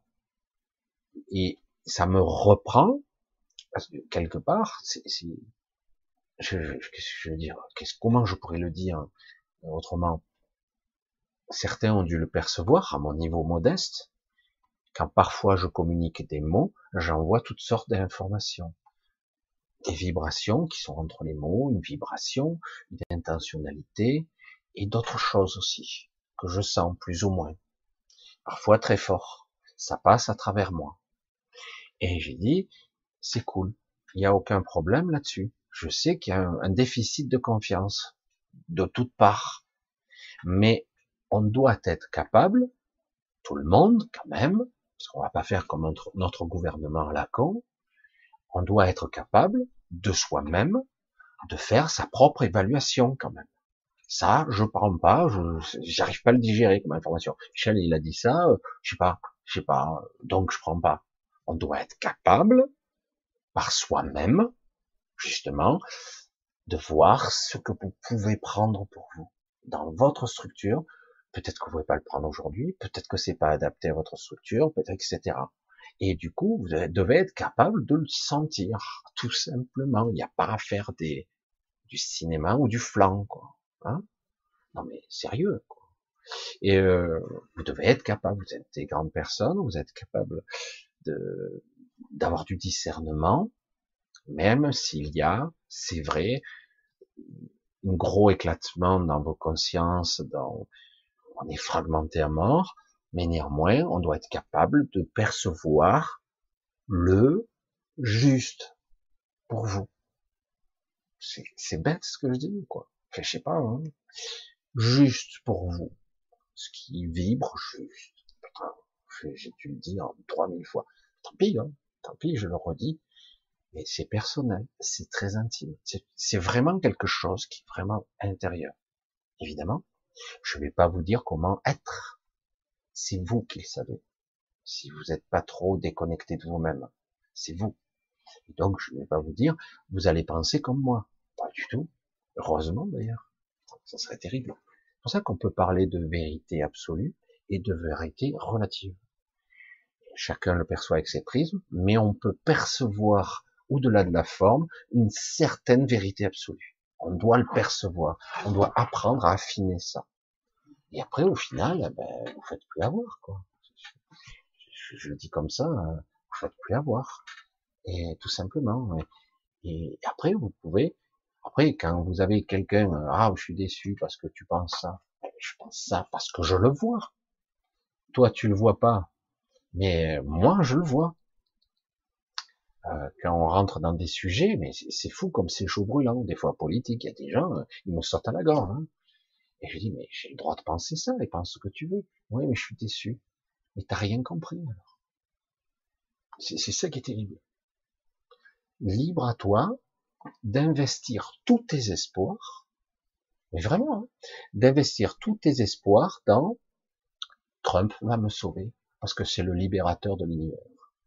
et ça me reprend, parce que quelque part, c'est, c'est, je, je, qu'est-ce que je veux dire, qu'est-ce, comment je pourrais le dire autrement, certains ont dû le percevoir à mon niveau modeste, quand parfois je communique des mots, j'envoie toutes sortes d'informations, des vibrations qui sont entre les mots, une vibration, une intentionnalité, et d'autres choses aussi, que je sens plus ou moins, parfois très fort. Ça passe à travers moi. Et j'ai dit, c'est cool, il n'y a aucun problème là-dessus. Je sais qu'il y a un, un déficit de confiance, de toutes parts. Mais on doit être capable, tout le monde quand même, parce qu'on va pas faire comme notre, notre gouvernement à la con, on doit être capable de soi-même, de faire sa propre évaluation quand même. Ça, je prends pas, je j'arrive pas à le digérer comme information. Michel, il a dit ça, euh, je sais pas, je sais pas, donc je prends pas. On doit être capable, par soi-même, justement, de voir ce que vous pouvez prendre pour vous dans votre structure. Peut-être que vous pouvez pas le prendre aujourd'hui, peut-être que c'est pas adapté à votre structure, peut-être, et cetera. Et du coup, vous devez être capable de le sentir, tout simplement. Il n'y a pas à faire des, du cinéma ou du flan, quoi. Hein, non mais sérieux, quoi. Et euh, vous devez être capable, vous êtes des grandes personnes, vous êtes capable de d'avoir du discernement, même s'il y a, c'est vrai, un gros éclatement dans vos consciences, dans, on est fragmenté à mort, mais néanmoins, on doit être capable de percevoir le juste pour vous. C'est, c'est bête ce que je dis, quoi. Enfin, je sais pas, hein. Juste pour vous. Ce qui vibre juste. Putain, j'ai dû le dire trois mille fois. Tant pis, hein. Tant pis, je le redis. Mais c'est personnel, c'est très intime. C'est, c'est vraiment quelque chose qui est vraiment intérieur. Évidemment, je vais pas vous dire comment être. C'est vous qui le savez. Si vous n'êtes pas trop déconnecté de vous-même, c'est vous. Et donc, je ne vais pas vous dire, vous allez penser comme moi. Pas du tout. Heureusement, d'ailleurs. Ça serait terrible. C'est pour ça qu'on peut parler de vérité absolue et de vérité relative. Chacun le perçoit avec ses prismes, mais on peut percevoir, au-delà de la forme, une certaine vérité absolue. On doit le percevoir. On doit apprendre à affiner ça. Et après, au final, eh ben, vous faites plus avoir, quoi. Je, je le dis comme ça, vous faites plus avoir. Et tout simplement. Et après, vous pouvez, après, quand vous avez quelqu'un, ah, je suis déçu parce que tu penses ça. Je pense ça parce que je le vois. Toi, tu le vois pas. Mais moi, je le vois. Euh, quand on rentre dans des sujets, mais c'est fou comme c'est chaud brûlant. Des fois, politique, il y a des gens, ils me sortent à la gorge. Hein. Et je dis, mais j'ai le droit de penser ça, et pense ce que tu veux. Oui, mais je suis déçu. Mais t'as rien compris, alors. C'est ça qui est terrible. Libre à toi d'investir tous tes espoirs, mais vraiment, hein, d'investir tous tes espoirs dans Trump va me sauver, parce que c'est le libérateur de l'univers.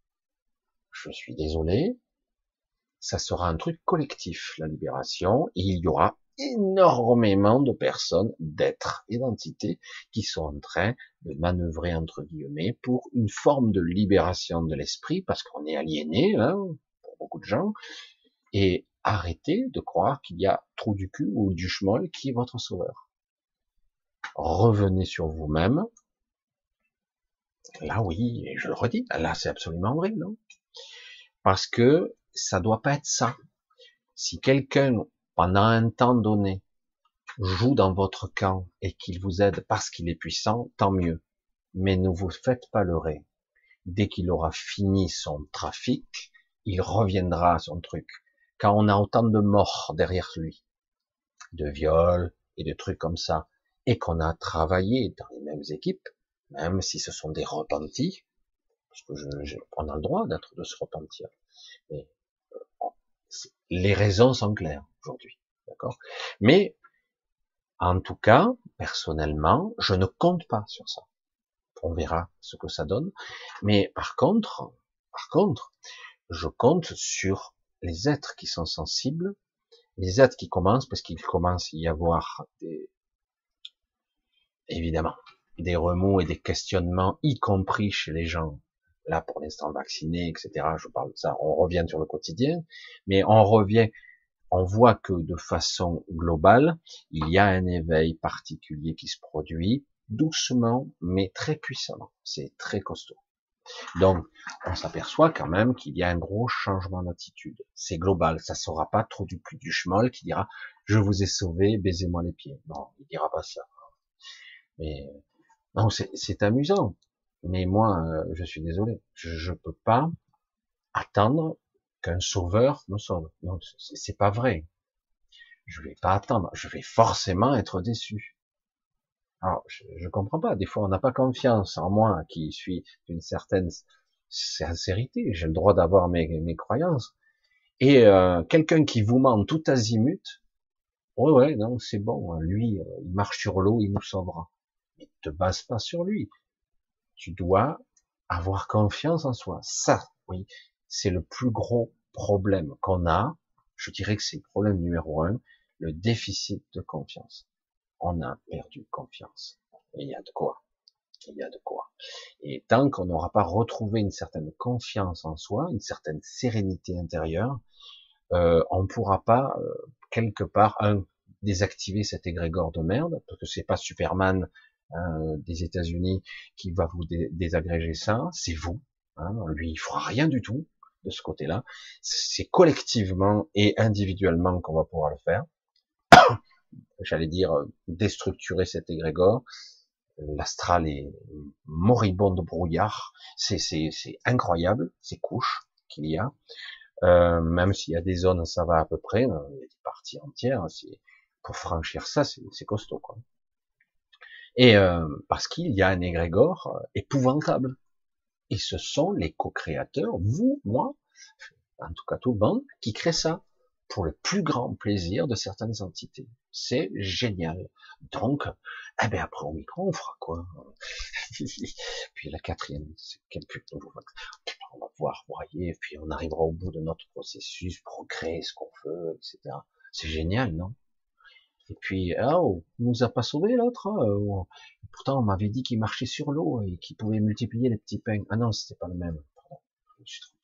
Je suis désolé, ça sera un truc collectif, la libération, et il y aura énormément de personnes, d'êtres et d'entités qui sont en train de manœuvrer, entre guillemets, pour une forme de libération de l'esprit, parce qu'on est aliéné, hein, pour beaucoup de gens, et arrêtez de croire qu'il y a trou du cul ou du schmoll qui est votre sauveur. Revenez sur vous-même. Là, oui, et je le redis, là, c'est absolument vrai, non? Parce que ça doit pas être ça. Si quelqu'un, pendant un temps donné, joue dans votre camp et qu'il vous aide parce qu'il est puissant, tant mieux. Mais ne vous faites pas leurrer. Dès qu'il aura fini son trafic, il reviendra à son truc. Quand on a autant de morts derrière lui, de viols et de trucs comme ça, et qu'on a travaillé dans les mêmes équipes, même si ce sont des repentis, parce que je, je, on a le droit d'être de se repentir, mais euh, les raisons sont claires aujourd'hui, d'accord. Mais en tout cas, personnellement, je ne compte pas sur ça. On verra ce que ça donne. Mais par contre, par contre, je compte sur les êtres qui sont sensibles, les êtres qui commencent, parce qu'il commence à y avoir des, évidemment, des remous et des questionnements, y compris chez les gens, là pour l'instant vaccinés, et cetera. Je parle de ça, on revient sur le quotidien, mais on revient, on voit que de façon globale, il y a un éveil particulier qui se produit, doucement, mais très puissamment. C'est très costaud. Donc, on s'aperçoit quand même qu'il y a un gros changement d'attitude. C'est global, ça sera pas trop du plus du schmoll qui dira « je vous ai sauvé, baisez-moi les pieds ». Non, il dira pas ça. Mais non, c'est amusant. Mais moi, euh, je suis désolé, je, je peux pas attendre qu'un sauveur me sauve. Non, c'est pas vrai. Je vais pas attendre. Je vais forcément être déçu. Alors, je, je comprends pas. Des fois, on n'a pas confiance en moi, qui suis d'une certaine sincérité. J'ai le droit d'avoir mes, mes croyances. Et euh, quelqu'un qui vous ment tout azimut, ouais, ouais, non, c'est bon. Lui, euh, il marche sur l'eau, il nous sauvera. Mais ne te base pas sur lui. Tu dois avoir confiance en soi. Ça, oui, c'est le plus gros problème qu'on a. Je dirais que c'est le problème numéro un, le déficit de confiance. On a perdu confiance. Et il y a de quoi. Il y a de quoi. Et tant qu'on n'aura pas retrouvé une certaine confiance en soi, une certaine sérénité intérieure, euh, on ne pourra pas, euh, quelque part, un, désactiver cet égrégore de merde, parce que c'est pas Superman hein, des États-Unis qui va vous dé désagréger ça, c'est vous. Hein, lui, il fera rien du tout de ce côté-là. C'est collectivement et individuellement qu'on va pouvoir le faire. J'allais dire déstructurer cet égrégore. L'astral est moribond de brouillard. C'est c'est c'est incroyable ces couches qu'il y a. Euh, même s'il y a des zones, ça va à peu près. Il y a des parties entières. C'est pour franchir ça, c'est costaud quoi. Et euh, parce qu'il y a un égrégore épouvantable. Et ce sont les co-créateurs, vous, moi, en tout cas tout le monde, qui crée ça pour le plus grand plaisir de certaines entités. C'est génial. Donc, eh ben après au micro, on fera quoi? Puis la quatrième, c'est quel plus nouveau on va voir, voyez, puis on arrivera au bout de notre processus pour créer ce qu'on veut, et cetera. C'est génial, non? Et puis, ah, oh, il nous a pas sauvé l'autre. Hein, pourtant, on m'avait dit qu'il marchait sur l'eau et qu'il pouvait multiplier les petits pains. Ah non, c'était pas le même. Pardon, je me suis trompé.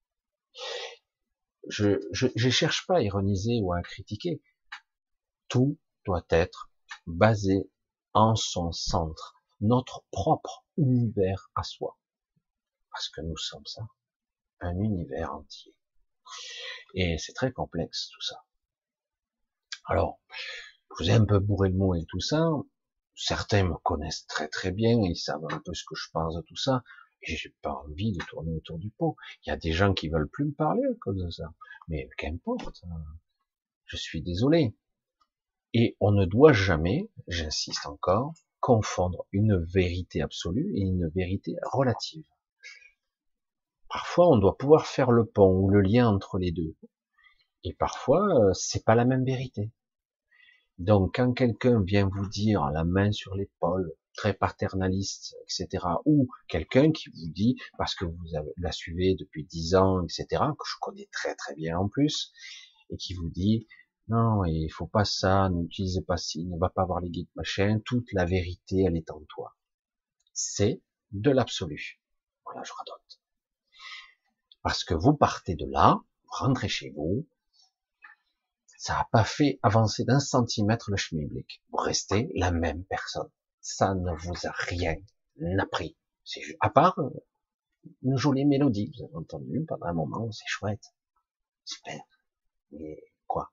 Je, je, je cherche pas à ironiser ou à critiquer. Tout doit être basé en son centre, notre propre univers à soi. Parce que nous sommes ça, un univers entier. Et c'est très complexe tout ça. Alors, je vous ai un peu bourré le mot et tout ça. Certains me connaissent très très bien, ils savent un peu ce que je pense de tout ça. Et j'ai pas envie de tourner autour du pot. Il y a des gens qui veulent plus me parler à cause de ça. Mais qu'importe. Je suis désolé. Et on ne doit jamais, j'insiste encore, confondre une vérité absolue et une vérité relative. Parfois, on doit pouvoir faire le pont ou le lien entre les deux. Et parfois, c'est pas la même vérité. Donc, quand quelqu'un vient vous dire la main sur l'épaule, très paternaliste, et cetera, ou quelqu'un qui vous dit, parce que vous avez, la suivez depuis dix ans, et cetera, que je connais très très bien en plus, et qui vous dit, non, il faut pas ça, n'utilise pas ci, ne va pas voir les guides machin, toute la vérité, elle est en toi. C'est de l'absolu. Voilà, je radote. Parce que vous partez de là, vous rentrez chez vous, ça n'a pas fait avancer d'un centimètre le schmilblick. Vous restez la même personne. Ça ne vous a rien appris. C'est à part une jolie mélodie, vous avez entendu pendant un moment, c'est chouette, super. Mais quoi?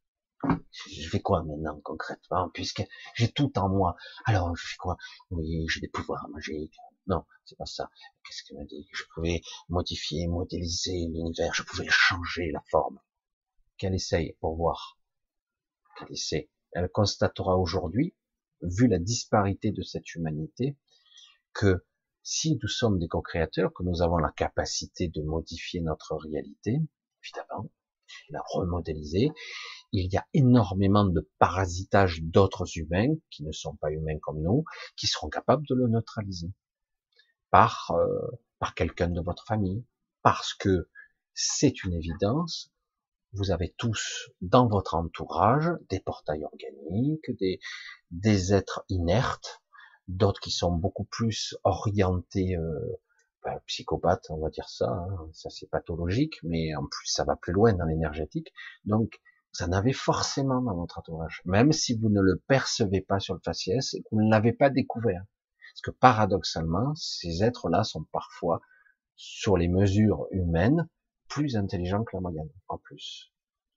Je fais quoi maintenant concrètement, puisque j'ai tout en moi. Alors je fais quoi? Oui, j'ai des pouvoirs magiques. Non, c'est pas ça. Qu'est-ce qu'elle m'a dit? Je pouvais modifier, modéliser l'univers, je pouvais changer la forme. Qu'elle essaye pour voir. Qu'elle essaie. Elle constatera aujourd'hui, vu la disparité de cette humanité, que si nous sommes des co-créateurs, que nous avons la capacité de modifier notre réalité, évidemment, la remodéliser, il y a énormément de parasitage d'autres humains, qui ne sont pas humains comme nous, qui seront capables de le neutraliser. Par, euh, par quelqu'un de votre famille. Parce que c'est une évidence, vous avez tous dans votre entourage des portails organiques, des, des êtres inertes, d'autres qui sont beaucoup plus orientés euh, ben, psychopathes, on va dire ça, hein, ça c'est pathologique, mais en plus ça va plus loin dans l'énergétique. Donc vous en avez forcément dans votre entourage, même si vous ne le percevez pas sur le faciès et que vous ne l'avez pas découvert. Parce que paradoxalement, ces êtres-là sont parfois, sur les mesures humaines, plus intelligents que la moyenne, en plus.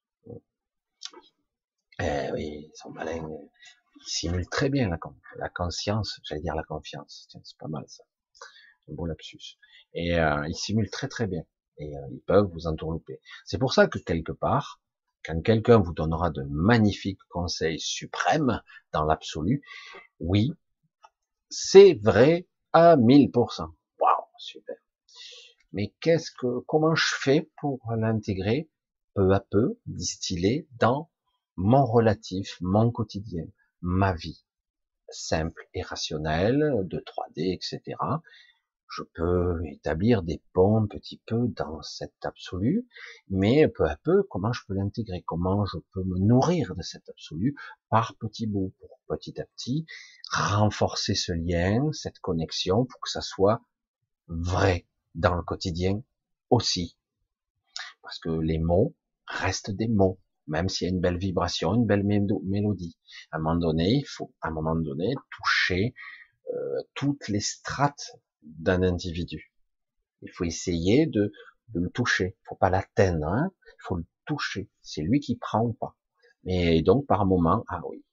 Eh oui, ils sont malins. Ils simulent très bien la, la conscience, j'allais dire la confiance. Tiens, c'est pas mal ça. Un beau lapsus. Et euh, ils simulent très très bien. Et euh, ils peuvent vous entourlouper. C'est pour ça que quelque part, quand quelqu'un vous donnera de magnifiques conseils suprêmes dans l'absolu, oui, c'est vrai à mille pour cent. Waouh, super. Mais qu'est-ce que, comment je fais pour l'intégrer peu à peu, distiller dans mon relatif, mon quotidien, ma vie, simple et rationnelle, de trois D, et cetera. Je peux établir des ponts un petit peu dans cet absolu, mais peu à peu, comment je peux l'intégrer, comment je peux me nourrir de cet absolu par petits bouts, pour petit à petit renforcer ce lien, cette connexion, pour que ça soit vrai dans le quotidien aussi. Parce que les mots restent des mots, même s'il y a une belle vibration, une belle mélodie. À un moment donné, il faut, à un moment donné, toucher euh, toutes les strates d'un individu. Il faut essayer de, de le toucher. Il faut pas l'atteindre, hein. Il faut le toucher. C'est lui qui prend ou pas. Mais donc, par moment, ah oui.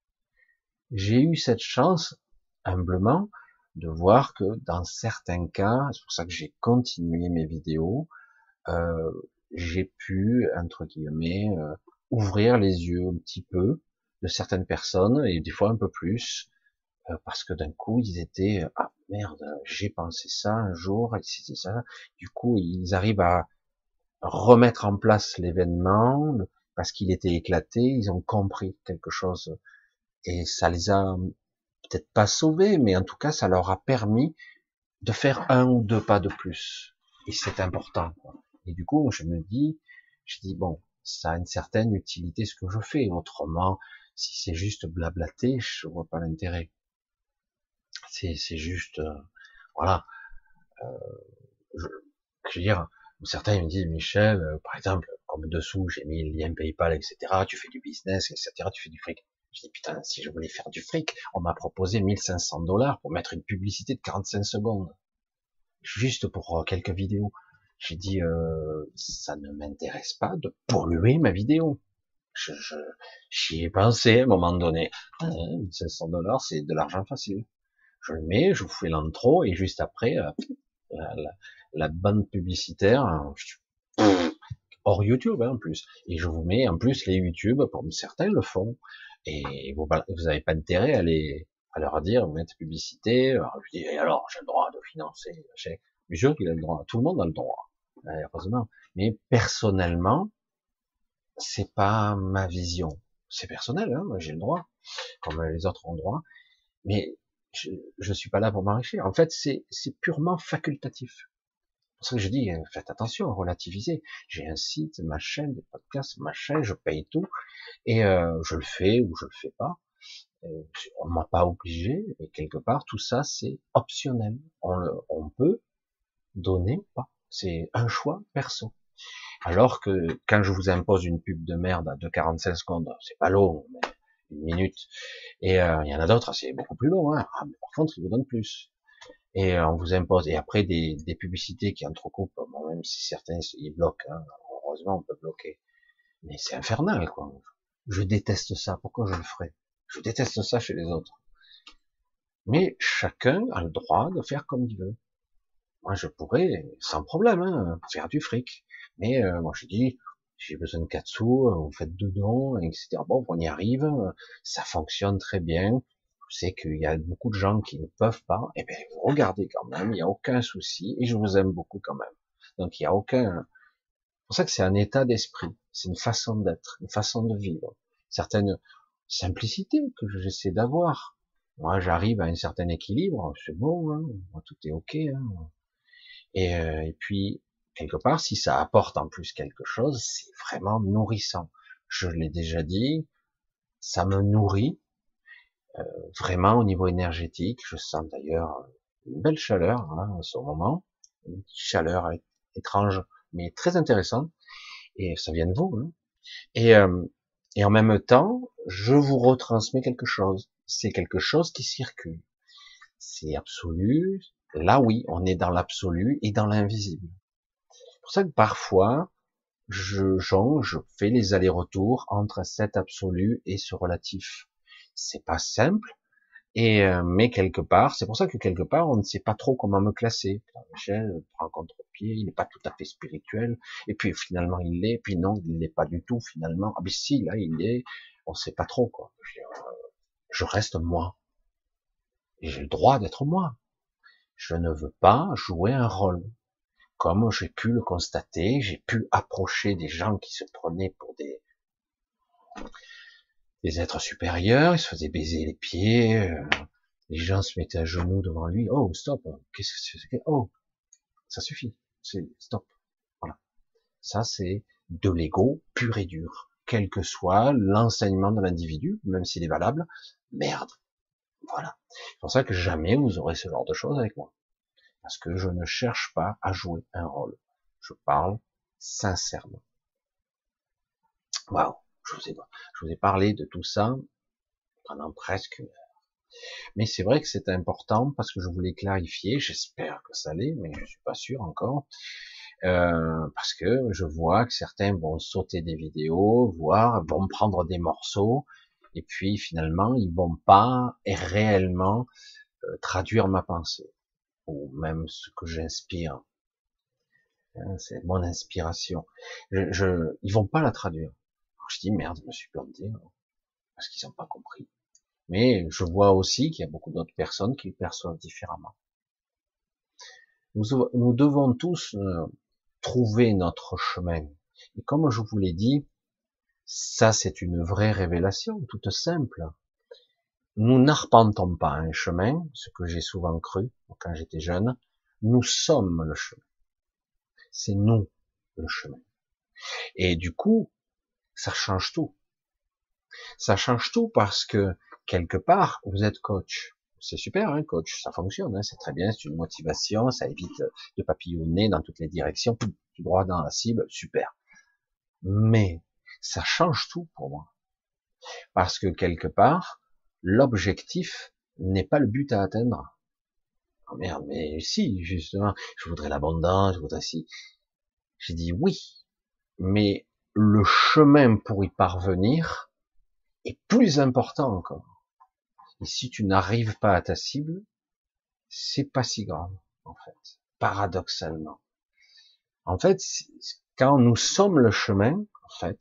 J'ai eu cette chance, humblement, de voir que dans certains cas, c'est pour ça que j'ai continué mes vidéos, euh, j'ai pu, entre guillemets, euh, ouvrir les yeux un petit peu de certaines personnes, et des fois un peu plus, euh, parce que d'un coup, ils étaient, ah merde, j'ai pensé ça un jour, et c'était ça. Du coup, ils arrivent à remettre en place l'événement, parce qu'il était éclaté, ils ont compris quelque chose, et ça les a peut-être pas sauvés, mais en tout cas, ça leur a permis de faire un ou deux pas de plus. Et c'est important, quoi. Et du coup, je me dis, je dis, bon, ça a une certaine utilité ce que je fais. Autrement, si c'est juste blablater, je vois pas l'intérêt. C'est, c'est juste, euh, voilà. Euh, je, je veux dire, certains me disent, Michel, euh, par exemple, comme dessous, j'ai mis le lien PayPal, et cetera. Tu fais du business, et cetera. Tu fais du fric. Je dis, putain, si je voulais faire du fric, on m'a proposé mille cinq cents dollars pour mettre une publicité de quarante-cinq secondes. Juste pour quelques vidéos. J'ai dit, euh, ça ne m'intéresse pas de polluer ma vidéo. Je, je, j'y ai pensé à un moment donné. Ah, cinq cents dollars, c'est de l'argent facile. Je le mets, je vous fais l'intro, et juste après, euh, la, la, la bande publicitaire, euh, hors YouTube, hein, en plus. Et je vous mets, en plus, les YouTube, comme certains le font. Et vous, vous avez pas intérêt à les, à leur dire, mettre publicité. Alors, je dis, et alors, j'ai le droit de financer. J'ai, je sûr qu'il a le droit. Tout le monde a le droit. Heureusement. Mais personnellement, c'est pas ma vision. C'est personnel, hein, moi j'ai le droit, comme les autres ont le droit. Mais je, je suis pas là pour m'enrichir. En fait, c'est, c'est purement facultatif. C'est pour ça que je dis, faites attention, relativisez. J'ai un site, ma chaîne, des podcasts, ma chaîne, je paye tout, et euh, je le fais ou je le fais pas. Euh, on m'a pas obligé, et quelque part, tout ça, c'est optionnel. On, le, on peut donner ou pas. C'est un choix perso. Alors que quand je vous impose une pub de merde à deux quarante-cinq secondes, c'est pas long, mais une minute. Et euh, il y en a d'autres, c'est beaucoup plus long. Hein. Ah, mais par contre, ils vous donnent plus. Et euh, on vous impose. Et après, des, des publicités qui entrecoupent, bon, même si certains ils bloquent, hein, heureusement, on peut bloquer. Mais c'est infernal, quoi. Je déteste ça. Pourquoi je le ferais? Je déteste ça chez les autres. Mais chacun a le droit de faire comme il veut. Moi, je pourrais, sans problème, hein, faire du fric. Mais euh, moi, je dis, j'ai besoin de quatre sous, vous faites deux dons, et cetera. Bon, on y arrive, ça fonctionne très bien. Je sais qu'il y a beaucoup de gens qui ne peuvent pas. Eh bien, vous regardez quand même, il n'y a aucun souci, et je vous aime beaucoup quand même. Donc, il n'y a aucun... C'est pour ça que c'est un état d'esprit, c'est une façon d'être, une façon de vivre, certaine simplicité que j'essaie d'avoir. Moi, j'arrive à un certain équilibre, c'est bon, hein, moi, tout est ok. Hein. Et, euh, et puis, quelque part, si ça apporte en plus quelque chose, c'est vraiment nourrissant. Je l'ai déjà dit, ça me nourrit euh, vraiment au niveau énergétique. Je sens d'ailleurs une belle chaleur hein, en ce moment, une petite chaleur étrange, mais très intéressante. Et ça vient de vous. Hein. Et, euh, et en même temps, je vous retransmets quelque chose. C'est quelque chose qui circule. C'est absolu. Là, oui, on est dans l'absolu et dans l'invisible. C'est pour ça que parfois, je jongle, je fais les allers-retours entre cet absolu et ce relatif. C'est pas simple, et euh, mais quelque part, c'est pour ça que quelque part, on ne sait pas trop comment me classer. Michel prend contre-pied, il n'est pas tout à fait spirituel, et puis finalement il l'est, puis non, il l'est pas du tout finalement. Ah ben si, là il est, on sait pas trop quoi. Je, je reste moi, et j'ai le droit d'être moi. Je ne veux pas jouer un rôle. Comme j'ai pu le constater, j'ai pu approcher des gens qui se prenaient pour des, des êtres supérieurs, ils se faisaient baiser les pieds, euh, Les gens se mettaient à genoux devant lui. Oh, stop. Qu'est-ce que c'est? Oh, ça suffit. C'est stop. Voilà. Ça, c'est de l'ego pur et dur. Quel que soit l'enseignement de l'individu, même s'il est valable. Merde. Voilà. C'est pour ça que jamais vous aurez ce genre de choses avec moi. Parce que je ne cherche pas à jouer un rôle. Je parle sincèrement. Waouh. Je vous ai, je vous ai parlé de tout ça pendant presque une heure. Mais c'est vrai que c'est important parce que je voulais clarifier. J'espère que ça l'est, mais je suis pas sûr encore. Euh, parce que je vois que certains vont sauter des vidéos, voire vont prendre des morceaux, et puis finalement ils vont pas réellement euh, traduire ma pensée ou même ce que j'inspire. Hein, c'est mon inspiration. Je, je, ils vont pas la traduire. Alors je dis merde, je me suis planté hein, parce qu'ils n'ont pas compris. Mais je vois aussi qu'il y a beaucoup d'autres personnes qui le perçoivent différemment. Nous, nous devons tous euh, trouver notre chemin. Et comme je vous l'ai dit, ça c'est une vraie révélation, toute simple. Nous n'arpentons pas un chemin, ce que j'ai souvent cru quand j'étais jeune. Nous sommes le chemin. C'est nous le chemin. Et du coup, ça change tout. Ça change tout parce que quelque part, vous êtes coach. C'est super, hein, coach, ça fonctionne, hein, c'est très bien, c'est une motivation, ça évite de papillonner dans toutes les directions, tout droit dans la cible, super. Mais ça change tout pour moi. Parce que quelque part, l'objectif n'est pas le but à atteindre. Oh merde, mais si, justement, je voudrais l'abondance, je voudrais si. J'ai dit oui, mais le chemin pour y parvenir est plus important encore. Et si tu n'arrives pas à ta cible, c'est pas si grave, en fait. Paradoxalement. En fait, quand nous sommes le chemin, en fait,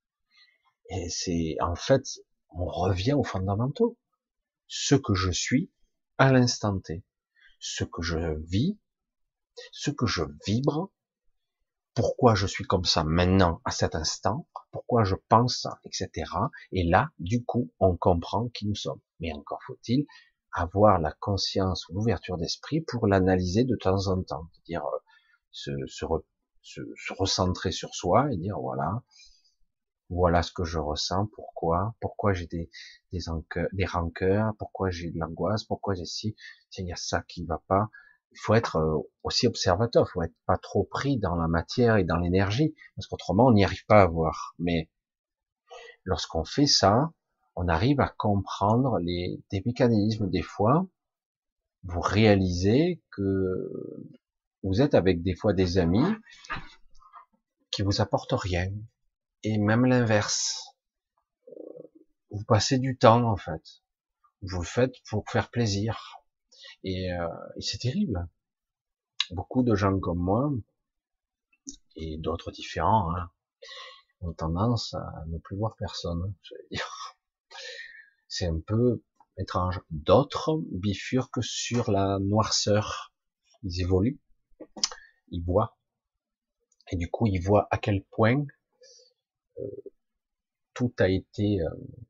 et c'est, en fait, on revient aux fondamentaux. Ce que je suis à l'instant T. Ce que je vis, ce que je vibre, pourquoi je suis comme ça maintenant, à cet instant, pourquoi je pense ça, et cetera. Et là, du coup, on comprend qui nous sommes. Mais encore faut-il avoir la conscience ou l'ouverture d'esprit pour l'analyser de temps en temps, c'est-à-dire euh, se, se, re, se, se recentrer sur soi et dire voilà, voilà ce que je ressens, pourquoi, pourquoi j'ai des, des, encoeurs, des rancœurs, pourquoi j'ai de l'angoisse, pourquoi j'ai ci, tiens, il y a ça qui va pas. Il faut être euh, aussi observateur, il faut être pas trop pris dans la matière et dans l'énergie, parce qu'autrement on n'y arrive pas à voir. Mais lorsqu'on fait ça, on arrive à comprendre les, des mécanismes. Des fois, vous réalisez que vous êtes avec des fois des amis qui vous apportent rien, et même l'inverse. Vous passez du temps en fait, vous le faites pour faire plaisir, et, euh, et c'est terrible. Beaucoup de gens comme moi et d'autres différents hein, ont tendance à ne plus voir personne. J'allais dire. C'est un peu étrange. D'autres bifurquent sur la noirceur. Ils évoluent, ils voient, et du coup ils voient à quel point euh, tout a été euh,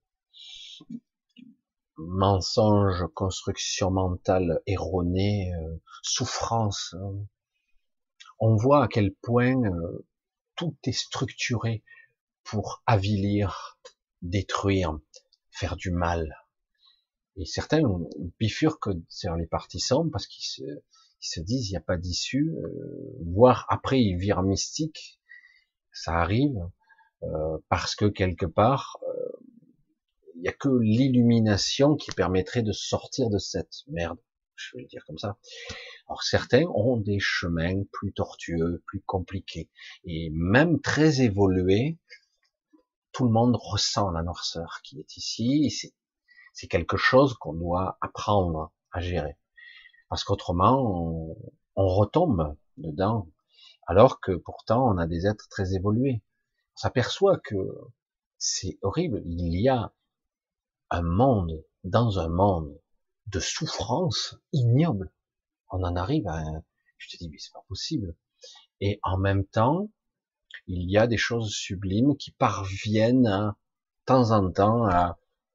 mensonge, construction mentale erronée, euh, souffrance. Hein. On voit à quel point euh, tout est structuré pour avilir, détruire, faire du mal. Et certains bifurquent sur les partisans parce qu'ils se, ils se disent il n'y a pas d'issue, euh, voire après ils virent mystique. Ça arrive euh, parce que quelque part euh, il n'y a que l'illumination qui permettrait de sortir de cette merde. Je vais le dire comme ça. Alors certains ont des chemins plus tortueux, plus compliqués, et même très évolués. Tout le monde ressent la noirceur qui est ici, et c'est, c'est quelque chose qu'on doit apprendre à gérer. Parce qu'autrement, on, on retombe dedans, alors que pourtant on a des êtres très évolués. On s'aperçoit que c'est horrible, il y a un monde, dans un monde de souffrance ignoble. On en arrive à un, je te dis, mais c'est pas possible. Et en même temps, il y a des choses sublimes qui parviennent à, de temps en temps à,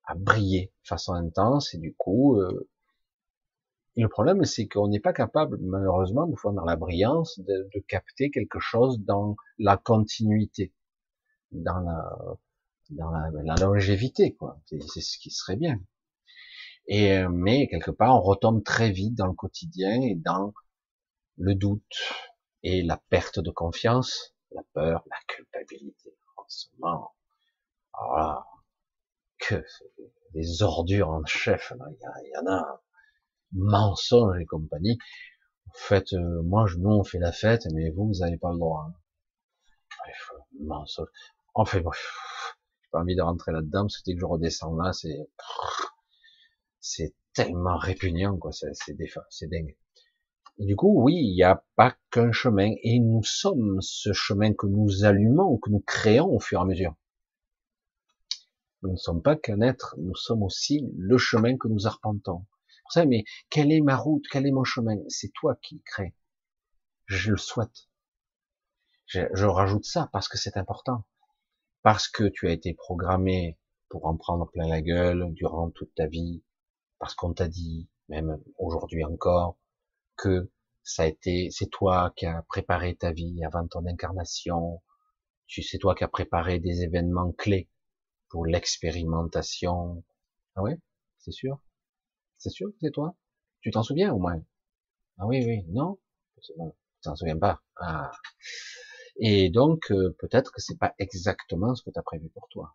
à briller de façon intense, et du coup, euh, et le problème, c'est qu'on n'est pas capable, malheureusement, de fois dans la brillance, de, de capter quelque chose dans la continuité, dans la, dans la, la longévité, quoi. C'est c'est ce qui serait bien. Et euh, mais quelque part, on retombe très vite dans le quotidien et dans le doute et la perte de confiance, la peur, la culpabilité. En ce moment, alors là, que des ordures en chef, là. Il, y a, il y en a, mensonges et compagnie. En fait, euh, moi, je, nous, on fait la fête, mais vous, vous n'avez pas le droit. Hein. Bref, euh, mensonge. Enfin, bref, j'ai pas envie de rentrer là-dedans, parce que dès que je redescends là, c'est, c'est tellement répugnant, quoi. C'est, c'est, c'est dingue. Et du coup, oui, il n'y a pas qu'un chemin, et nous sommes ce chemin que nous allumons, que nous créons au fur et à mesure. Nous ne sommes pas qu'un être, nous sommes aussi le chemin que nous arpentons. Vous savez, mais quelle est ma route, quel est mon chemin? C'est toi qui le crée. Je le souhaite. Je, je rajoute ça parce que c'est important. Parce que tu as été programmé pour en prendre plein la gueule durant toute ta vie. Parce qu'on t'a dit, même aujourd'hui encore, que ça a été, c'est toi qui as préparé ta vie avant ton incarnation. C'est toi qui as préparé des événements clés pour l'expérimentation. Ah ouais? C'est sûr? C'est sûr que c'est toi? Tu t'en souviens au moins? Ah oui, oui, non? Tu t'en souviens pas? Ah. Et donc, euh, peut-être que c'est pas exactement ce que tu as prévu pour toi.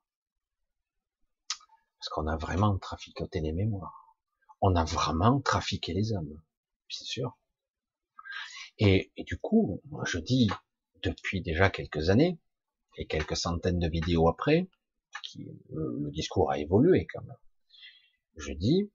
Parce qu'on a vraiment traficoté les mémoires. On a vraiment trafiqué les âmes. C'est sûr. Et, et du coup, moi je dis, depuis déjà quelques années, et quelques centaines de vidéos après, qui, le, le discours a évolué quand même. Je dis,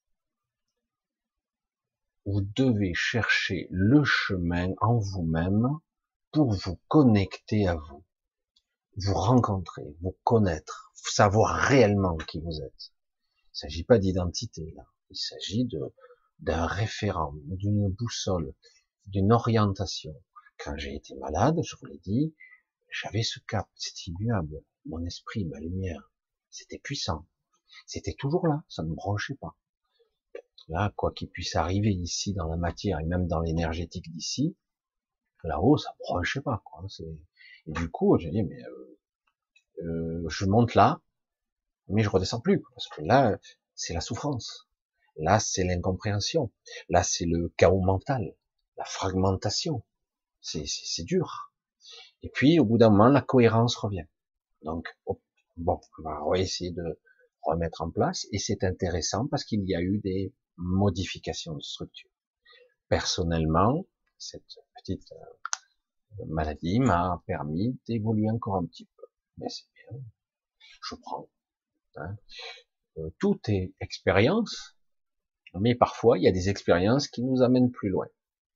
vous devez chercher le chemin en vous-même pour vous connecter à vous, vous rencontrer, vous connaître, savoir réellement qui vous êtes. Il ne s'agit pas d'identité là, il s'agit de d'un référent, d'une boussole, d'une orientation. Quand j'ai été malade, je vous l'ai dit, j'avais ce cap, c'était immuable, mon esprit, ma lumière, c'était puissant, c'était toujours là, ça ne me branchait pas. Là, quoi qu'il puisse arriver ici dans la matière et même dans l'énergétique d'ici, là-haut, ça me branchait pas, quoi. Et du coup, j'ai dit, mais euh, euh, je monte là, mais je redescends plus, parce que là, c'est la souffrance. Là, c'est l'incompréhension. Là, c'est le chaos mental, la fragmentation. C'est, c'est, c'est dur. Et puis, au bout d'un moment, la cohérence revient. Donc, bon, on va essayer de remettre en place. Et c'est intéressant parce qu'il y a eu des modifications de structure. Personnellement, cette petite maladie m'a permis d'évoluer encore un petit peu. Mais c'est bien. Je prends. Hein. Tout est expérience. Mais parfois, il y a des expériences qui nous amènent plus loin.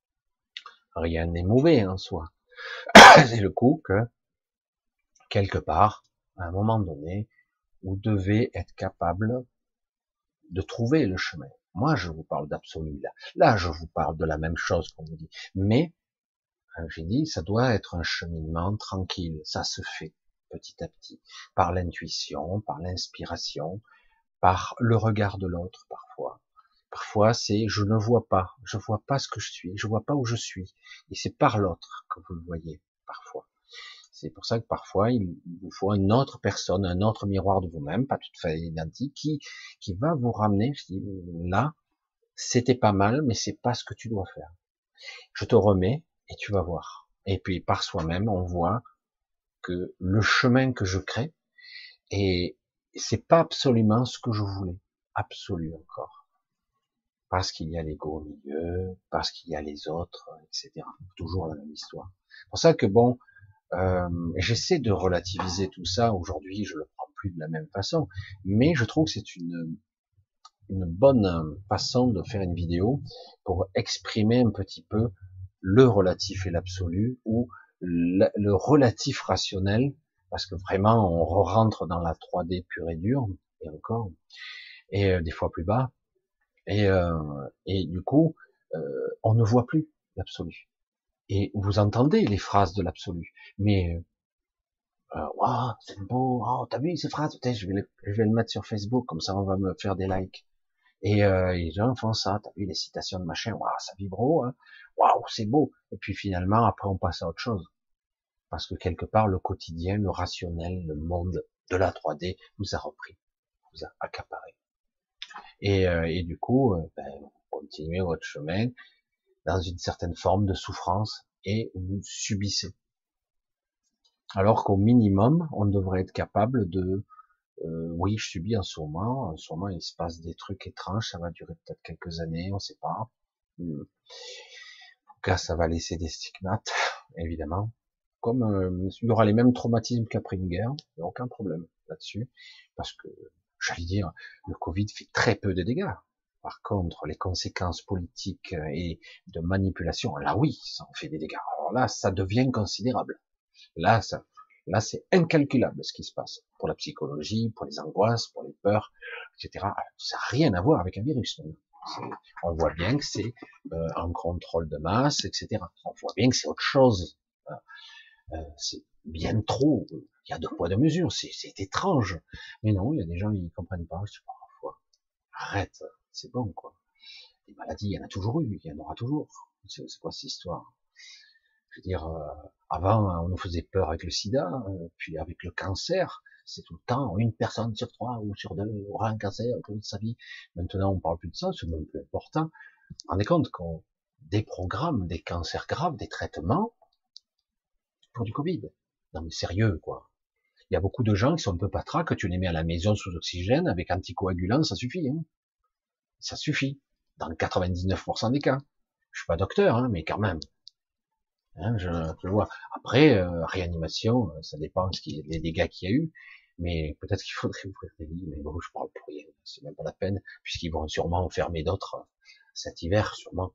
Rien n'est mauvais en soi. C'est le coup que, quelque part, à un moment donné, vous devez être capable de trouver le chemin. Moi, je vous parle d'absolu, là. Là, je vous parle de la même chose qu'on vous dit. Mais, j'ai dit, ça doit être un cheminement tranquille. Ça se fait petit à petit. Par l'intuition, par l'inspiration, par le regard de l'autre, parfois. Parfois, c'est je ne vois pas, je vois pas ce que je suis, je vois pas où je suis, et c'est par l'autre que vous le voyez. Parfois, c'est pour ça que parfois il vous faut une autre personne, un autre miroir de vous-même, pas tout à fait identique, qui qui va vous ramener. Je dis, là, c'était pas mal, mais c'est pas ce que tu dois faire. Je te remets et tu vas voir. Et puis par soi-même, on voit que le chemin que je crée, et c'est pas absolument ce que je voulais, absolu encore. Parce qu'il y a l'ego au milieu, parce qu'il y a les autres, et cetera. Toujours la même histoire. C'est pour ça que bon, euh, j'essaie de relativiser tout ça. Aujourd'hui, je le prends plus de la même façon, mais je trouve que c'est une une bonne façon de faire une vidéo pour exprimer un petit peu le relatif et l'absolu, ou le, le relatif rationnel, parce que vraiment, on rentre dans la trois D pure et dure, et encore, et euh, des fois plus bas. Et, euh, et du coup, euh, on ne voit plus l'absolu. Et vous entendez les phrases de l'absolu, mais Euh, Waouh, c'est beau, oh, t'as vu ces phrases? Putain, je vais, le, je vais le mettre sur Facebook, comme ça on va me faire des likes. Et euh, les gens font ça, t'as vu les citations de machin, waouh, ça vibre haut, hein. Waouh, c'est beau. Et puis finalement, après on passe à autre chose. Parce que quelque part, le quotidien, le rationnel, le monde de la trois D vous a repris, vous a accaparé. Et, euh, et du coup, euh, ben, vous continuez votre chemin dans une certaine forme de souffrance et vous subissez. Alors qu'au minimum, on devrait être capable de, euh, oui, je subis en ce moment, en ce moment il se passe des trucs étranges, ça va durer peut-être quelques années, on ne sait pas. Hmm. En tout cas, ça va laisser des stigmates, évidemment. Comme euh, il y aura les mêmes traumatismes qu'après une guerre, il n'y a aucun problème là-dessus, parce que, j'allais dire, le Covid fait très peu de dégâts. Par contre, les conséquences politiques et de manipulation, là oui, ça en fait des dégâts. Alors là, ça devient considérable. Là, ça, là, c'est incalculable ce qui se passe pour la psychologie, pour les angoisses, pour les peurs, et cetera. Ça n'a rien à voir avec un virus. On voit bien que c'est euh, un contrôle de masse, et cetera. On voit bien que c'est autre chose. Euh, c'est bien trop. Il y a deux poids deux mesures. C'est, c'est étrange. Mais non, il y a des gens qui comprennent pas. Je sais pas, parfois. Arrête, c'est bon quoi. Les maladies, il y en a toujours eu, il y en aura toujours. C'est, c'est quoi cette histoire? Je veux dire, euh, avant, on nous faisait peur avec le sida, euh, puis avec le cancer, c'est tout le temps, une personne sur trois ou sur deux aura un cancer toute sa vie. Maintenant, on parle plus de ça, c'est même plus important. Vous vous rendez compte qu'on déprogramme des cancers graves, des traitements pour du Covid. Non mais sérieux, quoi. Il y a beaucoup de gens qui sont un peu patraques, tu les mets à la maison sous oxygène, avec anticoagulants, ça suffit. Hein. Ça suffit. Dans quatre-vingt-dix-neuf pour cent des cas. Je suis pas docteur, hein, mais quand même. Hein, je, je vois. Après, euh, réanimation, ça dépend des dégâts qu'il y a eu, mais peut-être qu'il faudrait ouvrir des lits, mais bon, je parle pour rien, c'est même pas la peine, puisqu'ils vont sûrement en fermer d'autres cet hiver, sûrement.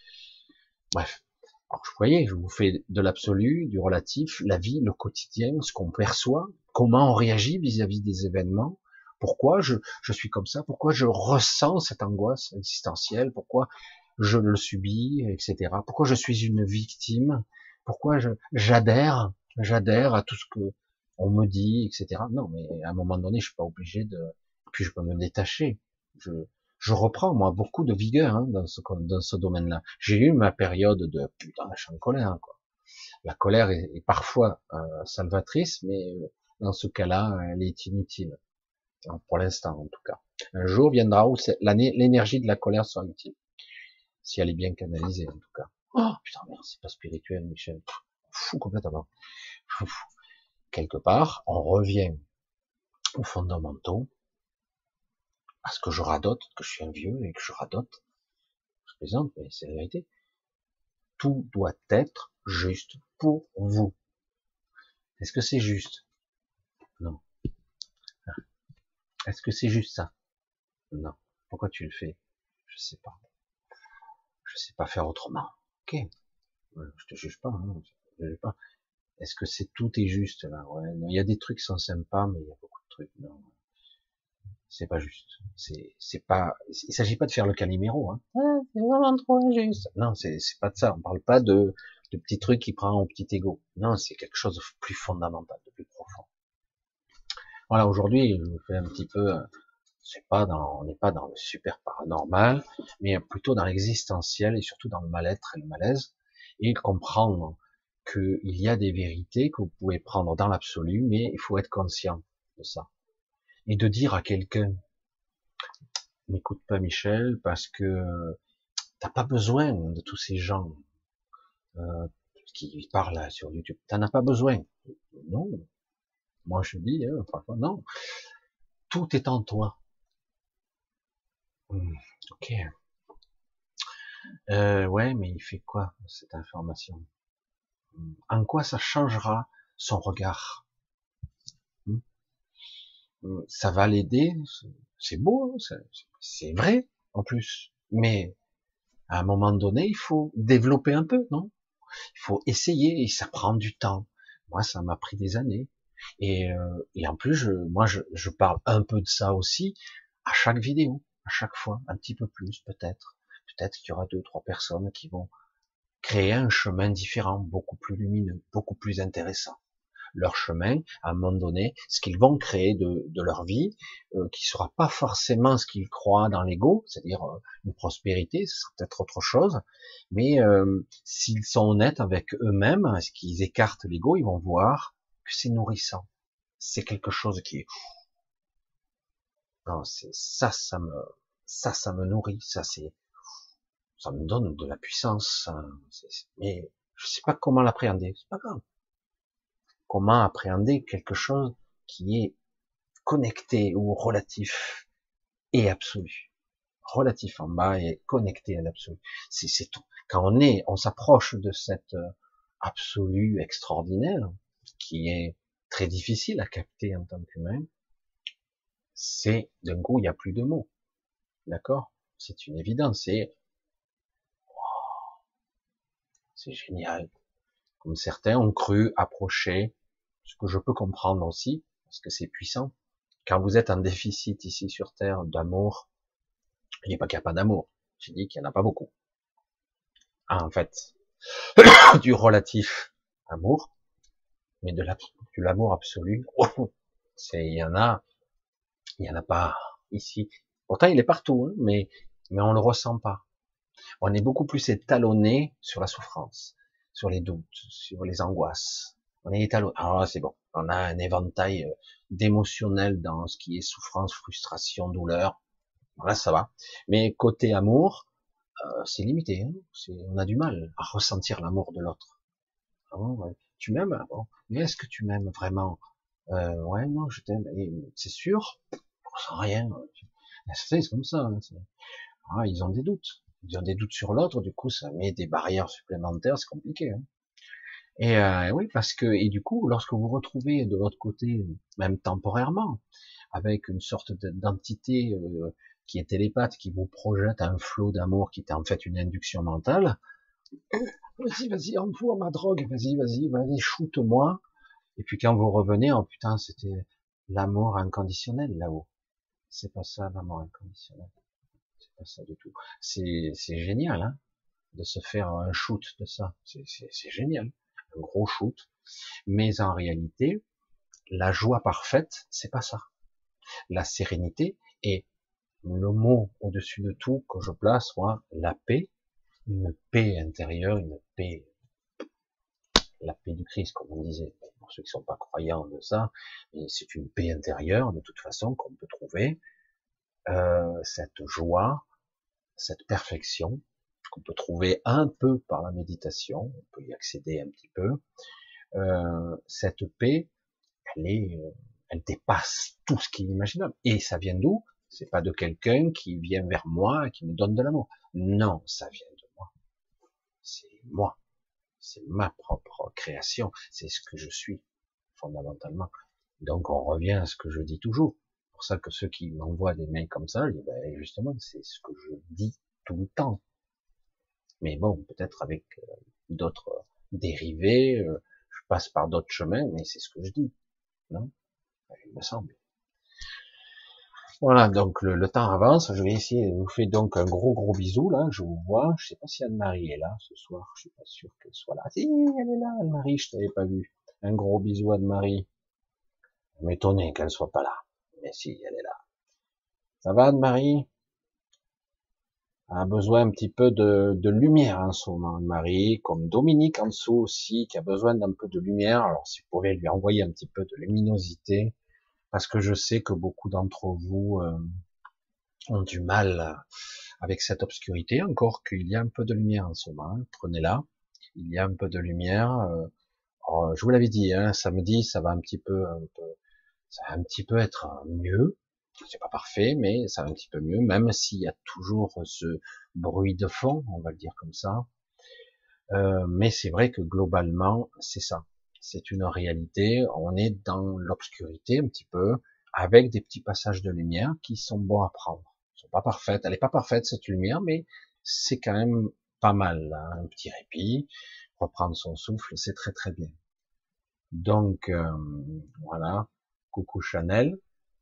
Bref. Alors, vous voyez, je vous fais de l'absolu, du relatif, la vie, le quotidien, ce qu'on perçoit, comment on réagit vis-à-vis des événements, pourquoi je, je suis comme ça, pourquoi je ressens cette angoisse existentielle, pourquoi je le subis, et cetera. Pourquoi je suis une victime, pourquoi je, j'adhère, j'adhère à tout ce que on me dit, et cetera. Non, mais à un moment donné, je suis pas obligé de, puis je peux me détacher. Je, je reprends moi beaucoup de vigueur hein, dans ce dans ce domaine-là. J'ai eu ma période de putain, je suis en colère. Quoi. La colère est, est parfois euh, salvatrice, mais euh, dans ce cas-là, elle est inutile. Alors, pour l'instant, en tout cas. Un jour viendra où l'année, l'énergie de la colère sera utile, si elle est bien canalisée, en tout cas. Oh putain merde, c'est pas spirituel, Michel. Fou complètement. Fou. Quelque part, on revient aux fondamentaux, à ce que je radote, que je suis un vieux et que je radote. Je plaisante, mais c'est la vérité. Tout doit être juste pour vous. Est-ce que c'est juste? Non. Est-ce que c'est juste ça? Non. Pourquoi tu le fais? Je sais pas. Je sais pas faire autrement. Ok. Je te juge pas. Hein. Je te juge pas. Est-ce que c'est tout est juste là? Ouais. Non. Il y a des trucs qui sont sympas, mais il y a beaucoup de trucs. Non. C'est pas juste. C'est, c'est pas. Il s'agit pas de faire le Calimero. Hein. Ah, c'est vraiment trop injuste. Non, c'est, c'est pas de ça. On parle pas de, de petits trucs qui prennent au petit ego. Non, c'est quelque chose de plus fondamental, de plus profond. Voilà, aujourd'hui, je vous fais un petit peu, c'est pas dans, on n'est pas dans le super paranormal, mais plutôt dans l'existentiel et surtout dans le mal-être et le malaise, et comprendre qu'il y a des vérités que vous pouvez prendre dans l'absolu, mais il faut être conscient de ça. Et de dire à quelqu'un, n'écoute pas Michel, parce que t'as pas besoin de tous ces gens euh, qui parlent sur YouTube. T'en as pas besoin. Non. Moi je dis, hein, parfois, non. Tout est en toi. Hmm, ok. Euh, ouais, mais il fait quoi cette information? Hmm, en quoi ça changera son regard? Hmm, hmm, ça va l'aider? C'est beau, hein, c'est vrai en plus. Mais à un moment donné, il faut développer un peu, non? Il faut essayer et ça prend du temps. Moi, ça m'a pris des années. Et, euh, et en plus, je, moi, je, je parle un peu de ça aussi à chaque vidéo, à chaque fois, un petit peu plus peut-être. Peut-être qu'il y aura deux, trois personnes qui vont créer un chemin différent, beaucoup plus lumineux, beaucoup plus intéressant. leur chemin, à un moment donné, ce qu'ils vont créer de, de leur vie, euh, qui sera pas forcément ce qu'ils croient dans l'ego, c'est-à-dire euh, une prospérité, ce sera peut-être autre chose, mais euh, s'ils sont honnêtes avec eux-mêmes, est-ce qu'ils écartent l'ego, ils vont voir que c'est nourrissant, c'est quelque chose qui est, non, c'est ça, ça me, ça, ça me nourrit, ça c'est, ça me donne de la puissance, ça, c'est- c'est- mais je sais pas comment l'appréhender, c'est pas grave. Comment appréhender quelque chose qui est connecté ou relatif et absolu. Relatif en bas et connecté à l'absolu. C'est, c'est tout. Quand on est, on s'approche de cet euh, absolu extraordinaire, qui est très difficile à capter en tant qu'humain, c'est, d'un coup, il n'y a plus de mots. D'accord? C'est une évidence. C'est, c'est génial. Comme certains ont cru approcher, ce que je peux comprendre aussi, parce que c'est puissant. Quand vous êtes en déficit ici sur Terre d'amour, je dis pas qu'il n'y a pas d'amour, je dis qu'il n'y en a pas beaucoup. Ah, en fait, du relatif amour, mais de l'amour absolu, c'est, il y en a, il y en a pas ici. Pourtant, il est partout, hein, mais, mais on le ressent pas. On est beaucoup plus étalonné sur la souffrance, sur les doutes, sur les angoisses. On est étalonné. Ah, c'est bon. On a un éventail d'émotionnel dans ce qui est souffrance, frustration, douleur. Voilà, ça va. Mais côté amour, euh, c'est limité. Hein. C'est, on a du mal à ressentir l'amour de l'autre. Ah bon, ouais. Tu m'aimes? Ah bon. Mais est-ce que tu m'aimes vraiment? euh, Ouais, non, je t'aime. Et c'est sûr, on ressent rien. C'est comme ça. Hein. Ah, ils ont des doutes. Ils ont des doutes sur l'autre. Du coup, ça met des barrières supplémentaires. C'est compliqué. Hein. Et euh, oui, parce que et du coup, lorsque vous vous retrouvez de l'autre côté, même temporairement, avec une sorte d'entité euh, qui est télépathe, qui vous projette un flot d'amour qui était en fait une induction mentale. Vas-y, vas-y, envoie ma drogue, vas-y, vas-y, vas-y, shoot-moi. Et puis quand vous revenez, oh putain, c'était l'amour inconditionnel là-haut. C'est pas ça l'amour inconditionnel. C'est pas ça du tout. C'est c'est génial, hein, de se faire un shoot de ça. C'est c'est c'est génial, un gros shoot. Mais en réalité, la joie parfaite, c'est pas ça. La sérénité est le mot au-dessus de tout que je place, moi, la paix, une paix intérieure, une paix, la paix du Christ, comme on disait. Pour ceux qui sont pas croyants de ça, mais c'est une paix intérieure, de toute façon, qu'on peut trouver, euh, cette joie, cette perfection, qu'on peut trouver un peu par la méditation, on peut y accéder un petit peu. Euh, cette paix, elle est, euh, elle dépasse tout ce qui est imaginable. Et ça vient d'où? C'est pas de quelqu'un qui vient vers moi et qui me donne de l'amour. Non, ça vient de moi. C'est moi. C'est ma propre création. C'est ce que je suis, fondamentalement. Donc, on revient à ce que je dis toujours. C'est pour ça que ceux qui m'envoient des mails comme ça, je dis, ben, justement, c'est ce que je dis tout le temps. Mais bon, peut-être avec euh, d'autres euh, dérivés, euh, je passe par d'autres chemins, mais c'est ce que je dis. Non? Il me semble. Voilà, donc le, le temps avance, je vais essayer de vous faire donc un gros gros bisou, là, je vous vois, je sais pas si Anne-Marie est là ce soir, je suis pas sûr qu'elle soit là. Si, elle est là, Anne-Marie, je t'avais pas vu. Un gros bisou Anne-Marie. Je m'étonnais qu'elle soit pas là, mais si, elle est là. Ça va Anne-Marie? Elle a besoin un petit peu de, de lumière en ce moment, Anne-Marie, comme Dominique en dessous aussi, qui a besoin d'un peu de lumière, alors si vous pouvez lui envoyer un petit peu de luminosité, parce que je sais que beaucoup d'entre vous euh, ont du mal avec cette obscurité, encore qu'il y a un peu de lumière en ce moment, hein. Prenez-la, il y a un peu de lumière. Euh, alors, je vous l'avais dit, hein, samedi, ça va un petit peu, un peu, ça va un petit peu être mieux. C'est pas parfait, mais ça va un petit peu mieux, même s'il y a toujours ce bruit de fond, on va le dire comme ça. Euh, mais c'est vrai que globalement, c'est ça. C'est une réalité. On est dans l'obscurité un petit peu, avec des petits passages de lumière qui sont bons à prendre. Ils sont pas parfaites. Elle est pas parfaite cette lumière, mais c'est quand même pas mal. Là. Un petit répit, reprendre son souffle, c'est très très bien. Donc euh, voilà. Coucou Chanel,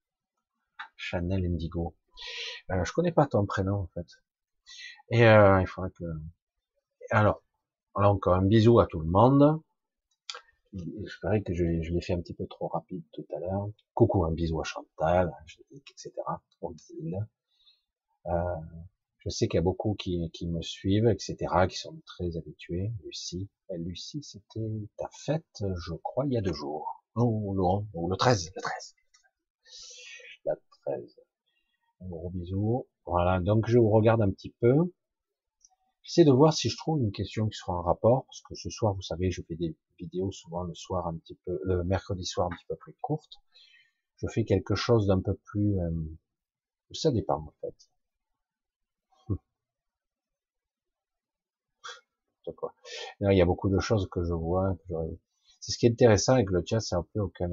Chanel Indigo. Euh, je connais pas ton prénom en fait. Et euh, il faudrait que. Alors, alors encore un bisou à tout le monde. J'espérais que je, je l'ai fait un petit peu trop rapide tout à l'heure. Coucou, un bisou à Chantal, à Angélique, et cetera. Odile. Euh, je sais qu'il y a beaucoup qui, qui me suivent, et cetera, qui sont très habitués. Lucie. Euh, Lucie, c'était ta fête, je crois, il y a deux jours. Oh, non, ou le treize, le treize. La treize. Un gros bisou. Voilà, donc je vous regarde un petit peu. J'essaie de voir si je trouve une question qui sera en rapport, parce que ce soir, vous savez, je fais des vidéos souvent le soir un petit peu, le mercredi soir un petit peu plus courtes. Je fais quelque chose d'un peu plus, euh, ça dépend en fait. Hum, quoi. Non, il y a beaucoup de choses que je vois. Que j'aurais- c'est ce qui est intéressant avec le chat, ça n'a plus aucun,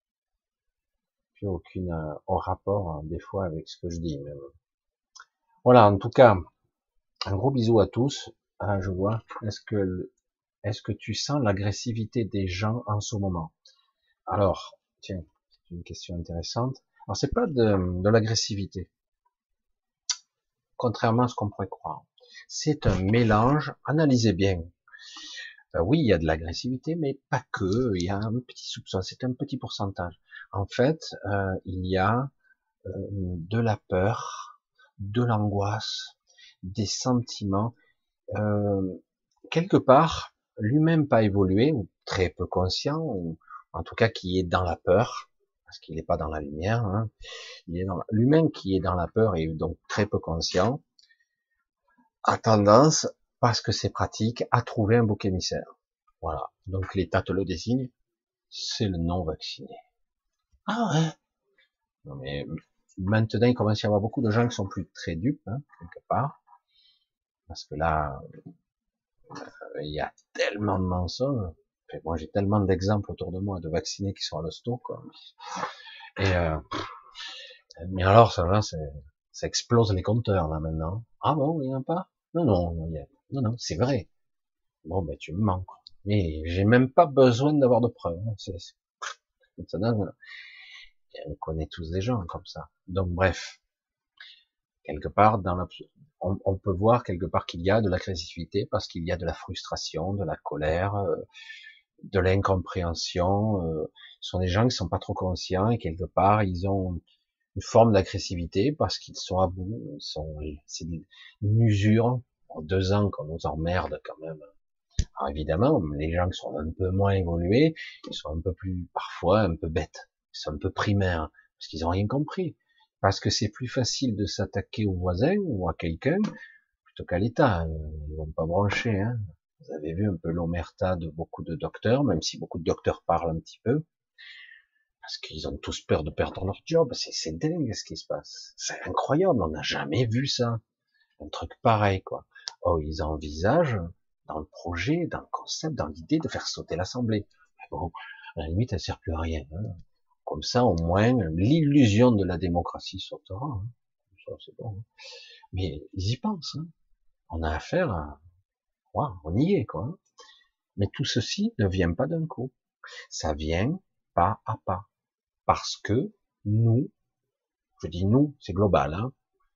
plus aucune euh, en rapport hein, des fois avec ce que je dis. Même. Voilà, en tout cas, un gros bisou à tous. Ah, je vois. Est-ce que, est-ce que tu sens l'agressivité des gens en ce moment? Alors, tiens, c'est une question intéressante. Alors, c'est pas de, de l'agressivité, contrairement à ce qu'on pourrait croire. C'est un mélange. Analysez bien. Euh, oui, il y a de l'agressivité, mais pas que. Il y a un petit soupçon. C'est un petit pourcentage. En fait, euh, il y a euh, de la peur, de l'angoisse, des sentiments. Euh, quelque part, lui-même pas évolué, ou très peu conscient, ou en tout cas qui est dans la peur, parce qu'il n'est pas dans la lumière. Hein. Il est dans l'humain qui est dans la peur et donc très peu conscient, a tendance, parce que c'est pratique, à trouver un bouc émissaire. Voilà. Donc l'État te le désigne, c'est le non vacciné. Ah ouais. Non mais maintenant il commence à y avoir beaucoup de gens qui sont plus très dupes, hein, quelque part, parce que là, euh, il y a tellement de mensonges. Enfin, moi j'ai tellement d'exemples autour de moi de vaccinés qui sont à l'hosto, quoi. Et euh, mais alors ça va, c'est, ça explose les compteurs là maintenant. Ah bon, il n'y en a pas? Non, non, non, il y a- non, non, c'est vrai. Bon, ben tu me mens. Quoi. Mais j'ai même pas besoin d'avoir de preuves. Hein. C'est, c'est- maintenant, on connaît tous des gens comme ça. Donc bref, quelque part, dans l'abs- on, on peut voir quelque part qu'il y a de l'agressivité parce qu'il y a de la frustration, de la colère, euh, de l'incompréhension. Euh, ce sont des gens qui sont pas trop conscients et quelque part ils ont une forme d'agressivité parce qu'ils sont à bout, ils sont, c'est une usure. En deux ans qu'on nous emmerde quand même. Alors évidemment, les gens qui sont un peu moins évolués, ils sont un peu plus, parfois, un peu bêtes. Ils sont un peu primaires, parce qu'ils ont rien compris. Parce que c'est plus facile de s'attaquer au voisin ou à quelqu'un plutôt qu'à l'État. Ils vont pas brancher, hein. Vous avez vu un peu l'omerta de beaucoup de docteurs, même si beaucoup de docteurs parlent un petit peu, parce qu'ils ont tous peur de perdre leur job. C'est, c'est dingue ce qui se passe. C'est incroyable, on n'a jamais vu ça. Un truc pareil, quoi. Oh, ils envisagent dans le projet, dans le concept, dans l'idée de faire sauter l'Assemblée. Mais bon, à la limite, elle sert plus à rien. Hein. Comme ça, au moins, l'illusion de la démocratie sautera. Hein. Ça, c'est bon. Hein. Mais ils y pensent. Hein. On a affaire à... Ouais, on y est, quoi. Hein. Mais tout ceci ne vient pas d'un coup. Ça vient pas à pas. Parce que nous, je dis nous, c'est global, hein,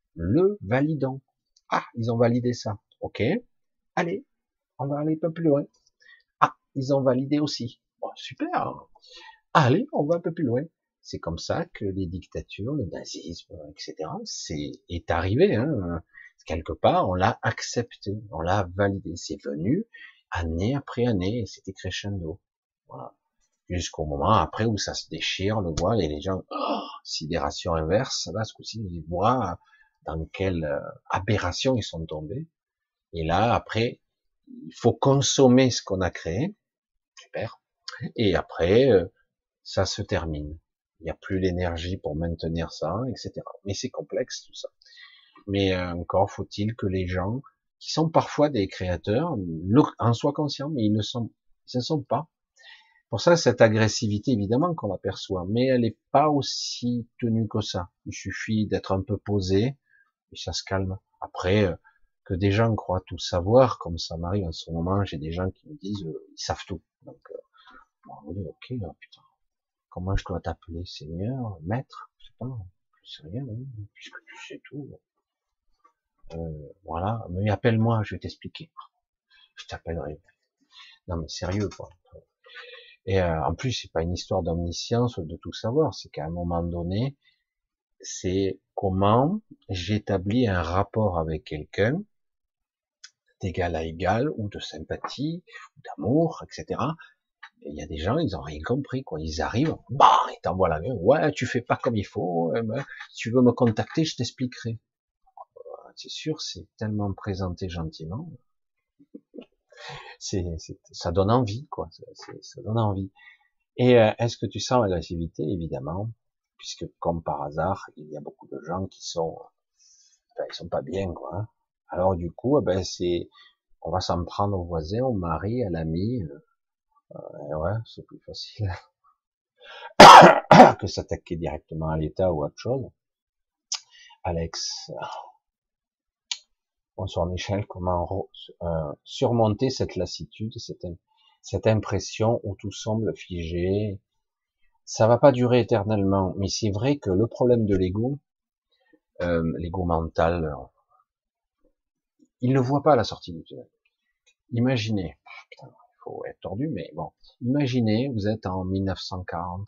le validons. Ah, ils ont validé ça. Ok. Allez, on va aller un peu plus loin. Ah, ils ont validé aussi. Bon, super. Allez, on va un peu plus loin. C'est comme ça que les dictatures, le nazisme, et cetera, c'est, est arrivé, hein. Quelque part, on l'a accepté, on l'a validé. C'est venu année après année, et c'était crescendo. Voilà. Jusqu'au moment après où ça se déchire, le voile, et les gens, oh, sidération inverse, là, ce coup-ci, ils voient dans quelle euh, aberration ils sont tombés. Et là, après, il faut consommer ce qu'on a créé, super, et après, euh, ça se termine. Il n'y a plus l'énergie pour maintenir ça, et cetera. Mais c'est complexe tout ça. Mais euh, encore faut-il que les gens, qui sont parfois des créateurs, le- en soient conscients, mais ils ne sont, ils ne sont pas. Pour ça, cette agressivité, évidemment qu'on l'aperçoit, mais elle n'est pas aussi tenue que ça. Il suffit d'être un peu posé, et ça se calme. Après, euh, que des gens croient tout savoir, comme ça m'arrive en ce moment, j'ai des gens qui me disent, euh, ils savent tout. Donc, euh, bon, oui, ok, là, putain, comment je dois t'appeler, Seigneur, Maître, je sais pas, je sais rien, hein, puisque tu sais tout. Euh, voilà, mais appelle-moi, je vais t'expliquer. Je t'appellerai. Non mais sérieux, quoi. Et euh, en plus, c'est pas une histoire d'omniscience ou de tout savoir, c'est qu'à un moment donné, c'est comment j'établis un rapport avec quelqu'un d'égal à égal, ou de sympathie, ou d'amour, et cetera. Et il y a des gens, ils ont rien compris, quoi. Ils arrivent, bah, ils t'envoient la main, ouais, tu fais pas comme il faut, eh ben, si tu veux me contacter, je t'expliquerai. C'est sûr, c'est tellement présenté gentiment, c'est, c'est- ça donne envie, quoi. C'est- ça donne envie. Et euh, est-ce que tu sens l'agressivité? Évidemment, puisque comme par hasard, il y a beaucoup de gens qui sont, enfin, ils sont pas bien, quoi, hein. Alors du coup, eh ben c'est, on va s'en prendre au voisin, au mari, à l'ami. euh, et ouais, c'est plus facile que s'attaquer directement à l'État ou à autre chose. Alex, bonsoir Michel, comment euh, surmonter cette lassitude, cette, cette impression où tout semble figé? Ça va pas durer éternellement, mais c'est vrai que le problème de l'ego, euh, l'ego mental, il ne voit pas la sortie du tunnel. Imaginez, putain, il faut être tordu, mais bon, imaginez, vous êtes en mille neuf cent quarante,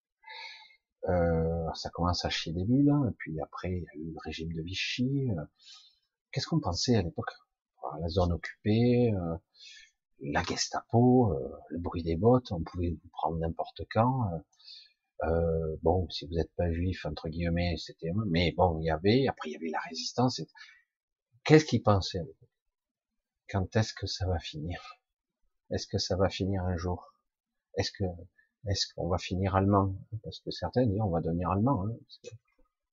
euh, ça commence à chier des bulles, hein, et puis après, il y a eu le régime de Vichy. euh, Qu'est-ce qu'on pensait à l'époque? La zone occupée, euh, la Gestapo, euh, le bruit des bottes, on pouvait vous prendre n'importe quand. Euh, euh, bon, si vous n'êtes pas juif, entre guillemets, c'était... Mais bon, il y avait, après il y avait la résistance. Et... Qu'est-ce qu'ils pensaient à l'époque? Quand est-ce que ça va finir? Est-ce que ça va finir un jour? Est-ce que est-ce qu'on va finir allemand? Parce que certains disent on va devenir allemand. Hein, parce que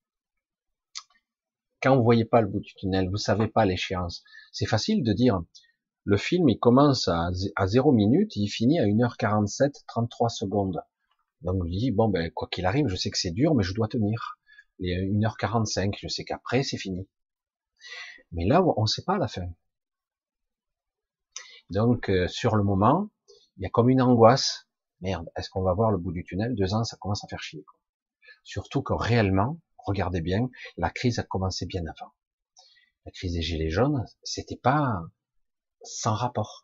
quand vous voyez pas le bout du tunnel, vous savez pas l'échéance. C'est facile de dire, le film il commence à, à zéro minute, il finit à une heure quarante-sept, trente-trois secondes. Donc je dis, bon ben quoi qu'il arrive, je sais que c'est dur, mais je dois tenir. Et une heure quarante-cinq, je sais qu'après c'est fini. Mais là, on ne sait pas la fin. Donc euh, sur le moment, il y a comme une angoisse. Merde, est-ce qu'on va voir le bout du tunnel? Deux ans, ça commence à faire chier, quoi. Surtout que réellement, regardez bien, la crise a commencé bien avant. La crise des gilets jaunes, c'était pas sans rapport.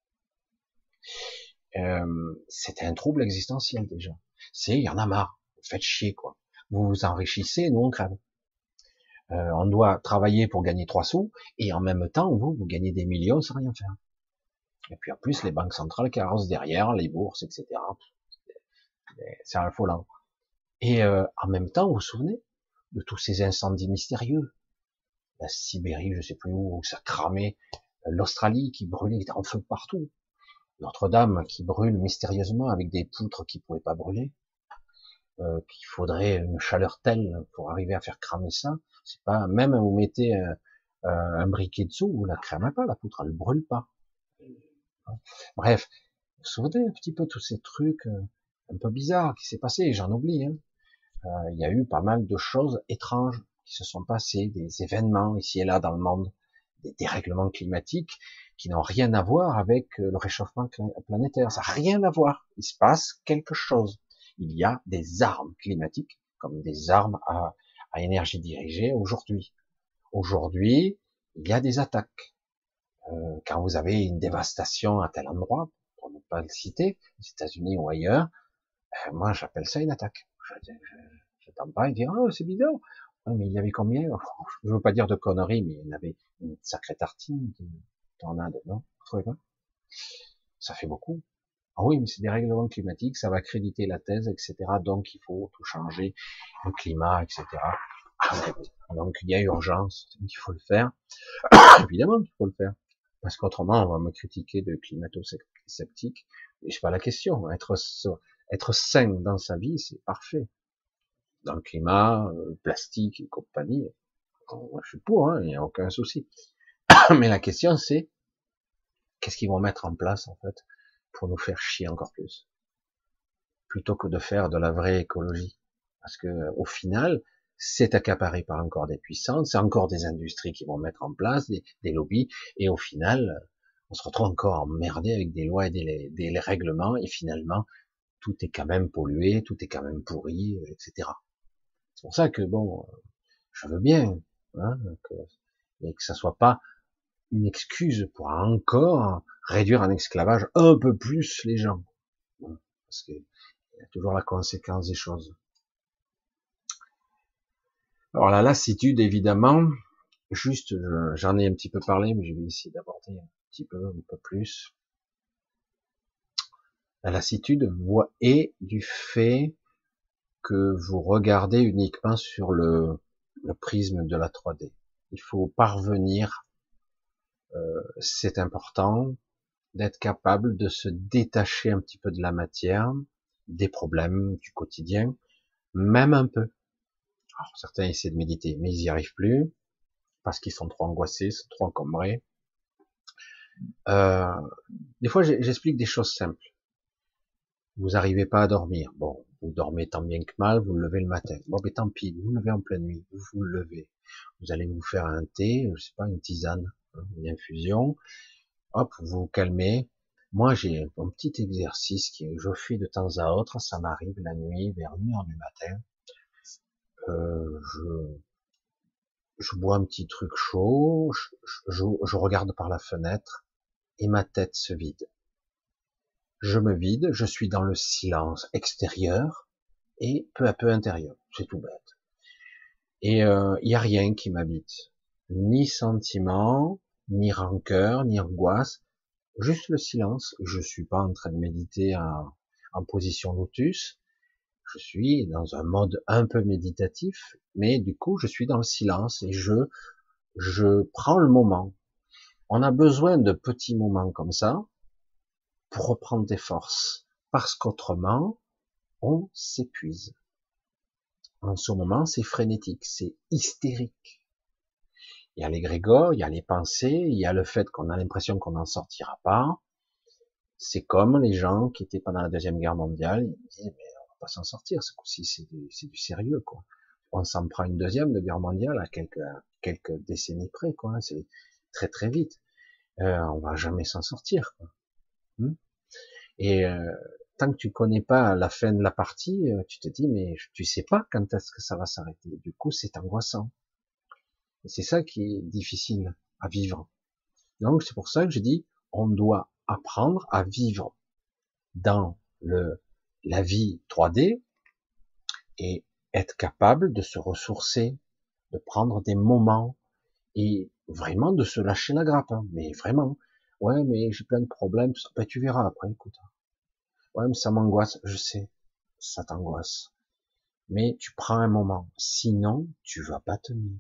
Euh, c'était un trouble existentiel déjà. C'est, il y en a marre. Vous faites chier, quoi. Vous vous enrichissez, nous on crève. Euh, on doit travailler pour gagner trois sous, et en même temps, vous, vous gagnez des millions sans rien faire. Et puis en plus, les banques centrales qui arrosent derrière, les bourses, et cetera. C'est un affolant. Et euh, en même temps, vous vous souvenez de tous ces incendies mystérieux? La Sibérie, je sais plus où, où ça cramait, l'Australie qui brûlait, qui était en feu partout. Notre-Dame qui brûle mystérieusement avec des poutres qui pouvaient pas brûler, euh, qu'il faudrait une chaleur telle pour arriver à faire cramer ça. C'est pas, même vous mettez un, un briquet dessous, vous la cramez pas, la poutre, elle brûle pas. Bref, vous vous souvenez un petit peu tous ces trucs euh, un peu bizarres qui s'est passé, j'en oublie, hein. Euh, il y a eu pas mal de choses étranges qui se sont passées, des événements ici et là dans le monde, des dérèglements climatiques qui n'ont rien à voir avec euh, le réchauffement planétaire. Ça n'a rien à voir. Il se passe quelque chose. Il y a des armes climatiques, comme des armes à, à énergie dirigée aujourd'hui. Aujourd'hui, il y a des attaques. Euh, quand vous avez une dévastation à tel endroit, pour ne pas le citer, aux États-Unis ou ailleurs, euh, moi j'appelle ça une attaque. Je, je, j'attends pas et dire oh c'est bizarre. Ouais, mais il y avait combien? Je veux pas dire de conneries, mais il y en avait une sacrée tartine de tornade, non? Vous trouvez pas? Ça fait beaucoup. Ah oui, mais c'est des règlements climatiques, ça va créditer la thèse, et cetera. Donc il faut tout changer, le climat, et cetera. Ah ouais, donc il y a urgence, il faut le faire. Évidemment qu'il faut le faire. Parce qu'autrement, on va me critiquer de climato-sceptique. Et c'est pas la question. Être, être sain dans sa vie, c'est parfait. Dans le climat, le plastique et compagnie, moi je suis pour, hein, il n'y a aucun souci. Mais la question c'est, qu'est-ce qu'ils vont mettre en place en fait pour nous faire chier encore plus, plutôt que de faire de la vraie écologie. Parce que au final, c'est accaparé par encore des puissances, c'est encore des industries qui vont mettre en place, des, des lobbies, et au final, on se retrouve encore emmerdé avec des lois et des, des règlements, et finalement, tout est quand même pollué, tout est quand même pourri, et cetera. C'est pour ça que bon, je veux bien, hein, que, et que ça soit pas une excuse pour encore réduire en esclavage un peu plus les gens. parce que il y a toujours la conséquence des choses. Alors la lassitude, évidemment, juste, j'en ai un petit peu parlé, mais je vais essayer d'aborder un petit peu, un peu plus. La lassitude est du fait que vous regardez uniquement sur le, le prisme de la trois D. Il faut parvenir, euh, c'est important, d'être capable de se détacher un petit peu de la matière, des problèmes du quotidien, même un peu. Alors, certains essaient de méditer, mais ils n'y arrivent plus, parce qu'ils sont trop angoissés, sont trop encombrés. Euh, des fois, j'explique des choses simples. Vous n'arrivez pas à dormir. Bon, vous dormez tant bien que mal, vous le levez le matin. Bon, mais tant pis, vous vous levez en pleine nuit, vous vous le levez. Vous allez vous faire un thé, je sais pas, une tisane, une infusion. Hop, vous vous calmez. Moi, j'ai un petit exercice que je fais de temps à autre. Ça m'arrive la nuit, vers une heure du matin. Euh, je, je bois un petit truc chaud, je, je, je regarde par la fenêtre et ma tête se vide. Je me vide, je suis dans le silence extérieur et peu à peu intérieur. C'est tout bête. Et il euh, y a rien qui m'habite, ni sentiment, ni rancœur, ni angoisse, juste le silence. Je suis pas en train de méditer en, en position lotus. Je suis dans un mode un peu méditatif, mais du coup, je suis dans le silence et je je prends le moment. On a besoin de petits moments comme ça pour reprendre des forces, parce qu'autrement, on s'épuise. En ce moment, c'est frénétique, c'est hystérique. Il y a l'égrégore, il y a les pensées, il y a le fait qu'on a l'impression qu'on n'en sortira pas. C'est comme les gens qui étaient pendant la Deuxième Guerre mondiale, ils disaient, mais on va pas s'en sortir, ce coup-ci, c'est du, c'est du sérieux, quoi. On s'en prend une deuxième de guerre mondiale à quelques, quelques décennies près, quoi. C'est très très vite. Euh, on va jamais s'en sortir, quoi. Hmm. Et euh, tant que tu connais pas la fin de la partie, tu te dis, mais tu sais pas quand est-ce que ça va s'arrêter. Du coup, c'est angoissant. Et c'est ça qui est difficile à vivre. Donc, c'est pour ça que je dis, on doit apprendre à vivre dans le, la vie trois D et être capable de se ressourcer, de prendre des moments et vraiment de se lâcher la grappe. Hein. Mais vraiment, ouais, mais j'ai plein de problèmes. Ben, tu verras après, écoute. Ouais, mais ça m'angoisse, je sais, ça t'angoisse. Mais tu prends un moment, sinon tu vas pas tenir.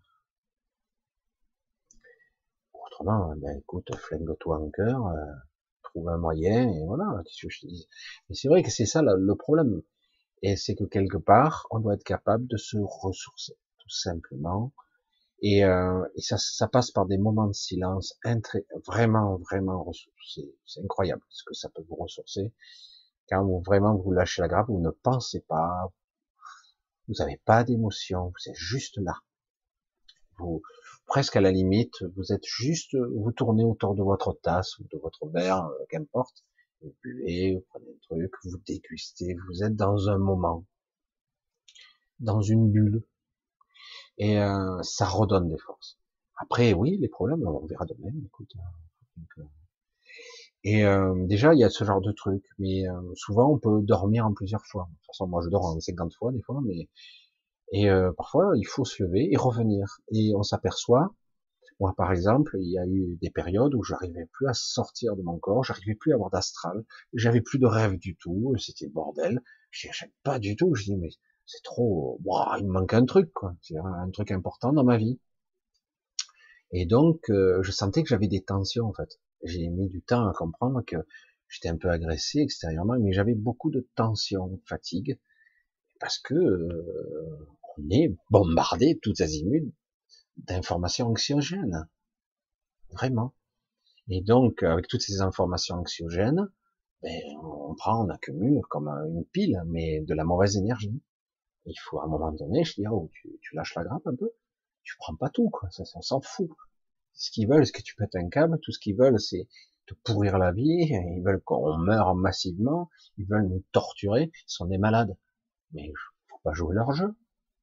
Autrement, ben écoute, flingue-toi en cœur, euh, trouve un moyen, et voilà, qu'est-ce que je te dis. Mais c'est vrai que c'est ça le, le problème. Et c'est que quelque part, on doit être capable de se ressourcer, tout simplement. Et, euh, et ça, ça passe par des moments de silence, intré vraiment, vraiment ressourcés. C'est incroyable ce que ça peut vous ressourcer. Quand vous vraiment vous lâchez la grappe, vous ne pensez pas, vous n'avez pas d'émotion, vous êtes juste là. Vous, presque à la limite, vous êtes juste, vous tournez autour de votre tasse ou de votre verre, euh, qu'importe, vous buvez, vous prenez un truc, vous dégustez, vous êtes dans un moment, dans une bulle, et euh, ça redonne des forces. Après, oui, les problèmes, on verra demain, écoute. Donc, euh, et euh, déjà, il y a ce genre de truc, mais euh, souvent, on peut dormir en plusieurs fois. De toute façon, moi, je dors en cinquante fois, des fois, mais et euh, parfois, il faut se lever et revenir. Et on s'aperçoit, moi, par exemple, il y a eu des périodes où j'arrivais plus à sortir de mon corps, j'arrivais plus à avoir d'astral, j'avais plus de rêve du tout, c'était le bordel. Je n'y pas du tout. Je dis mais c'est trop, wow, il me manque un truc, quoi. C'est un truc important dans ma vie. Et donc, euh, je sentais que j'avais des tensions, en fait. J'ai mis du temps à comprendre que j'étais un peu agressé extérieurement, mais j'avais beaucoup de tensions, fatigue, parce que euh, on est bombardé tous azimuts d'informations anxiogènes, vraiment. Et donc, avec toutes ces informations anxiogènes, ben, on prend, on accumule comme une pile, mais de la mauvaise énergie. Il faut à un moment donné, je dis, oh, tu, tu lâches la grappe un peu, tu prends pas tout, quoi, ça, ça s'en fout. Ce qu'ils veulent, c'est que tu pètes un câble, tout ce qu'ils veulent, c'est te pourrir la vie, ils veulent qu'on meure massivement, ils veulent nous torturer, ils sont des malades. Mais faut pas jouer leur jeu.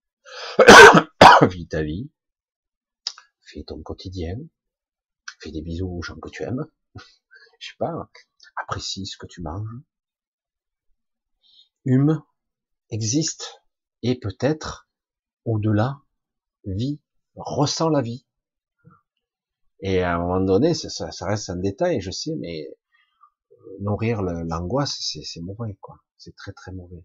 Vis ta vie, fais ton quotidien, fais des bisous aux gens que tu aimes, je sais pas, apprécie ce que tu manges, hume, existe, et peut-être, au-delà, vit, ressent la vie. Et à un moment donné, ça, ça, ça reste un détail, je sais, mais nourrir le- l'angoisse, c'est c'est mauvais, quoi. C'est très très mauvais.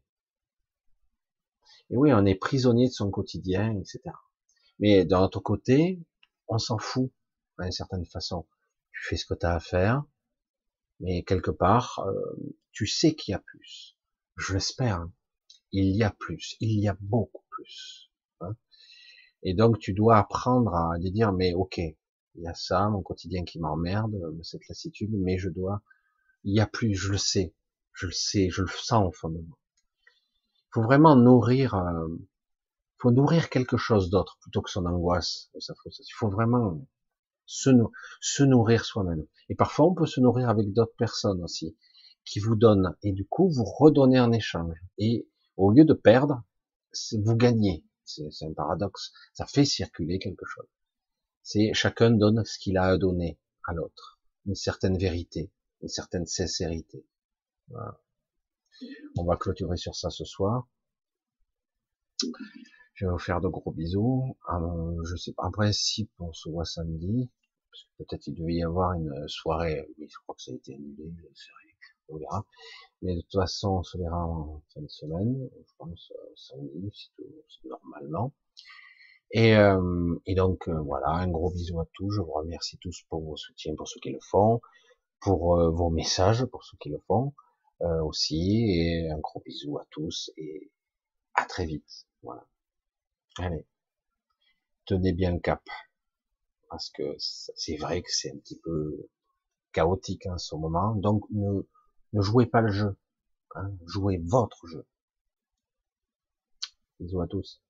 Et oui, on est prisonnier de son quotidien, et cetera. Mais d'un autre côté, on s'en fout, d'une certaine façon. Tu fais ce que tu as à faire, mais quelque part, euh, tu sais qu'il y a plus. Je l'espère. Hein. Il y a plus. Il y a beaucoup plus. Hein. Et donc, tu dois apprendre à dire, mais ok, il y a ça, mon quotidien qui m'emmerde, cette lassitude, mais je dois, il y a plus, je le sais. Je le sais, je le sens au fond de moi. Il faut vraiment nourrir, euh, faut nourrir quelque chose d'autre plutôt que son angoisse. Ça, faut, il faut vraiment se, nou- se nourrir soi-même. Et parfois, on peut se nourrir avec d'autres personnes aussi, qui vous donnent, et du coup, vous redonnez en échange. Et au lieu de perdre, c'est- vous gagnez. C'est c'est un paradoxe. Ça fait circuler quelque chose. C'est chacun donne ce qu'il a à donner à l'autre. Une certaine vérité, une certaine sincérité. Voilà. On va clôturer sur ça ce soir. Je vais vous faire de gros bisous. Euh, je sais pas, en principe, on se voit samedi. Parce que peut-être il devait y avoir une soirée. Oui, je crois que ça a été annulé. C'est vrai. On verra. Mais de toute façon, on se verra en fin de semaine. Je pense euh, samedi, si tout, si normalement. Et, euh, et donc euh, voilà, un gros bisou à tous. Je vous remercie tous pour vos soutiens, pour ceux qui le font, pour euh, vos messages, pour ceux qui le font euh, aussi. Et un gros bisou à tous et à très vite. Voilà. Allez, tenez bien le cap. Parce que c'est vrai que c'est un petit peu chaotique en ce moment. Donc ne, ne jouez pas le jeu, hein, jouez votre jeu. Bisous à tous.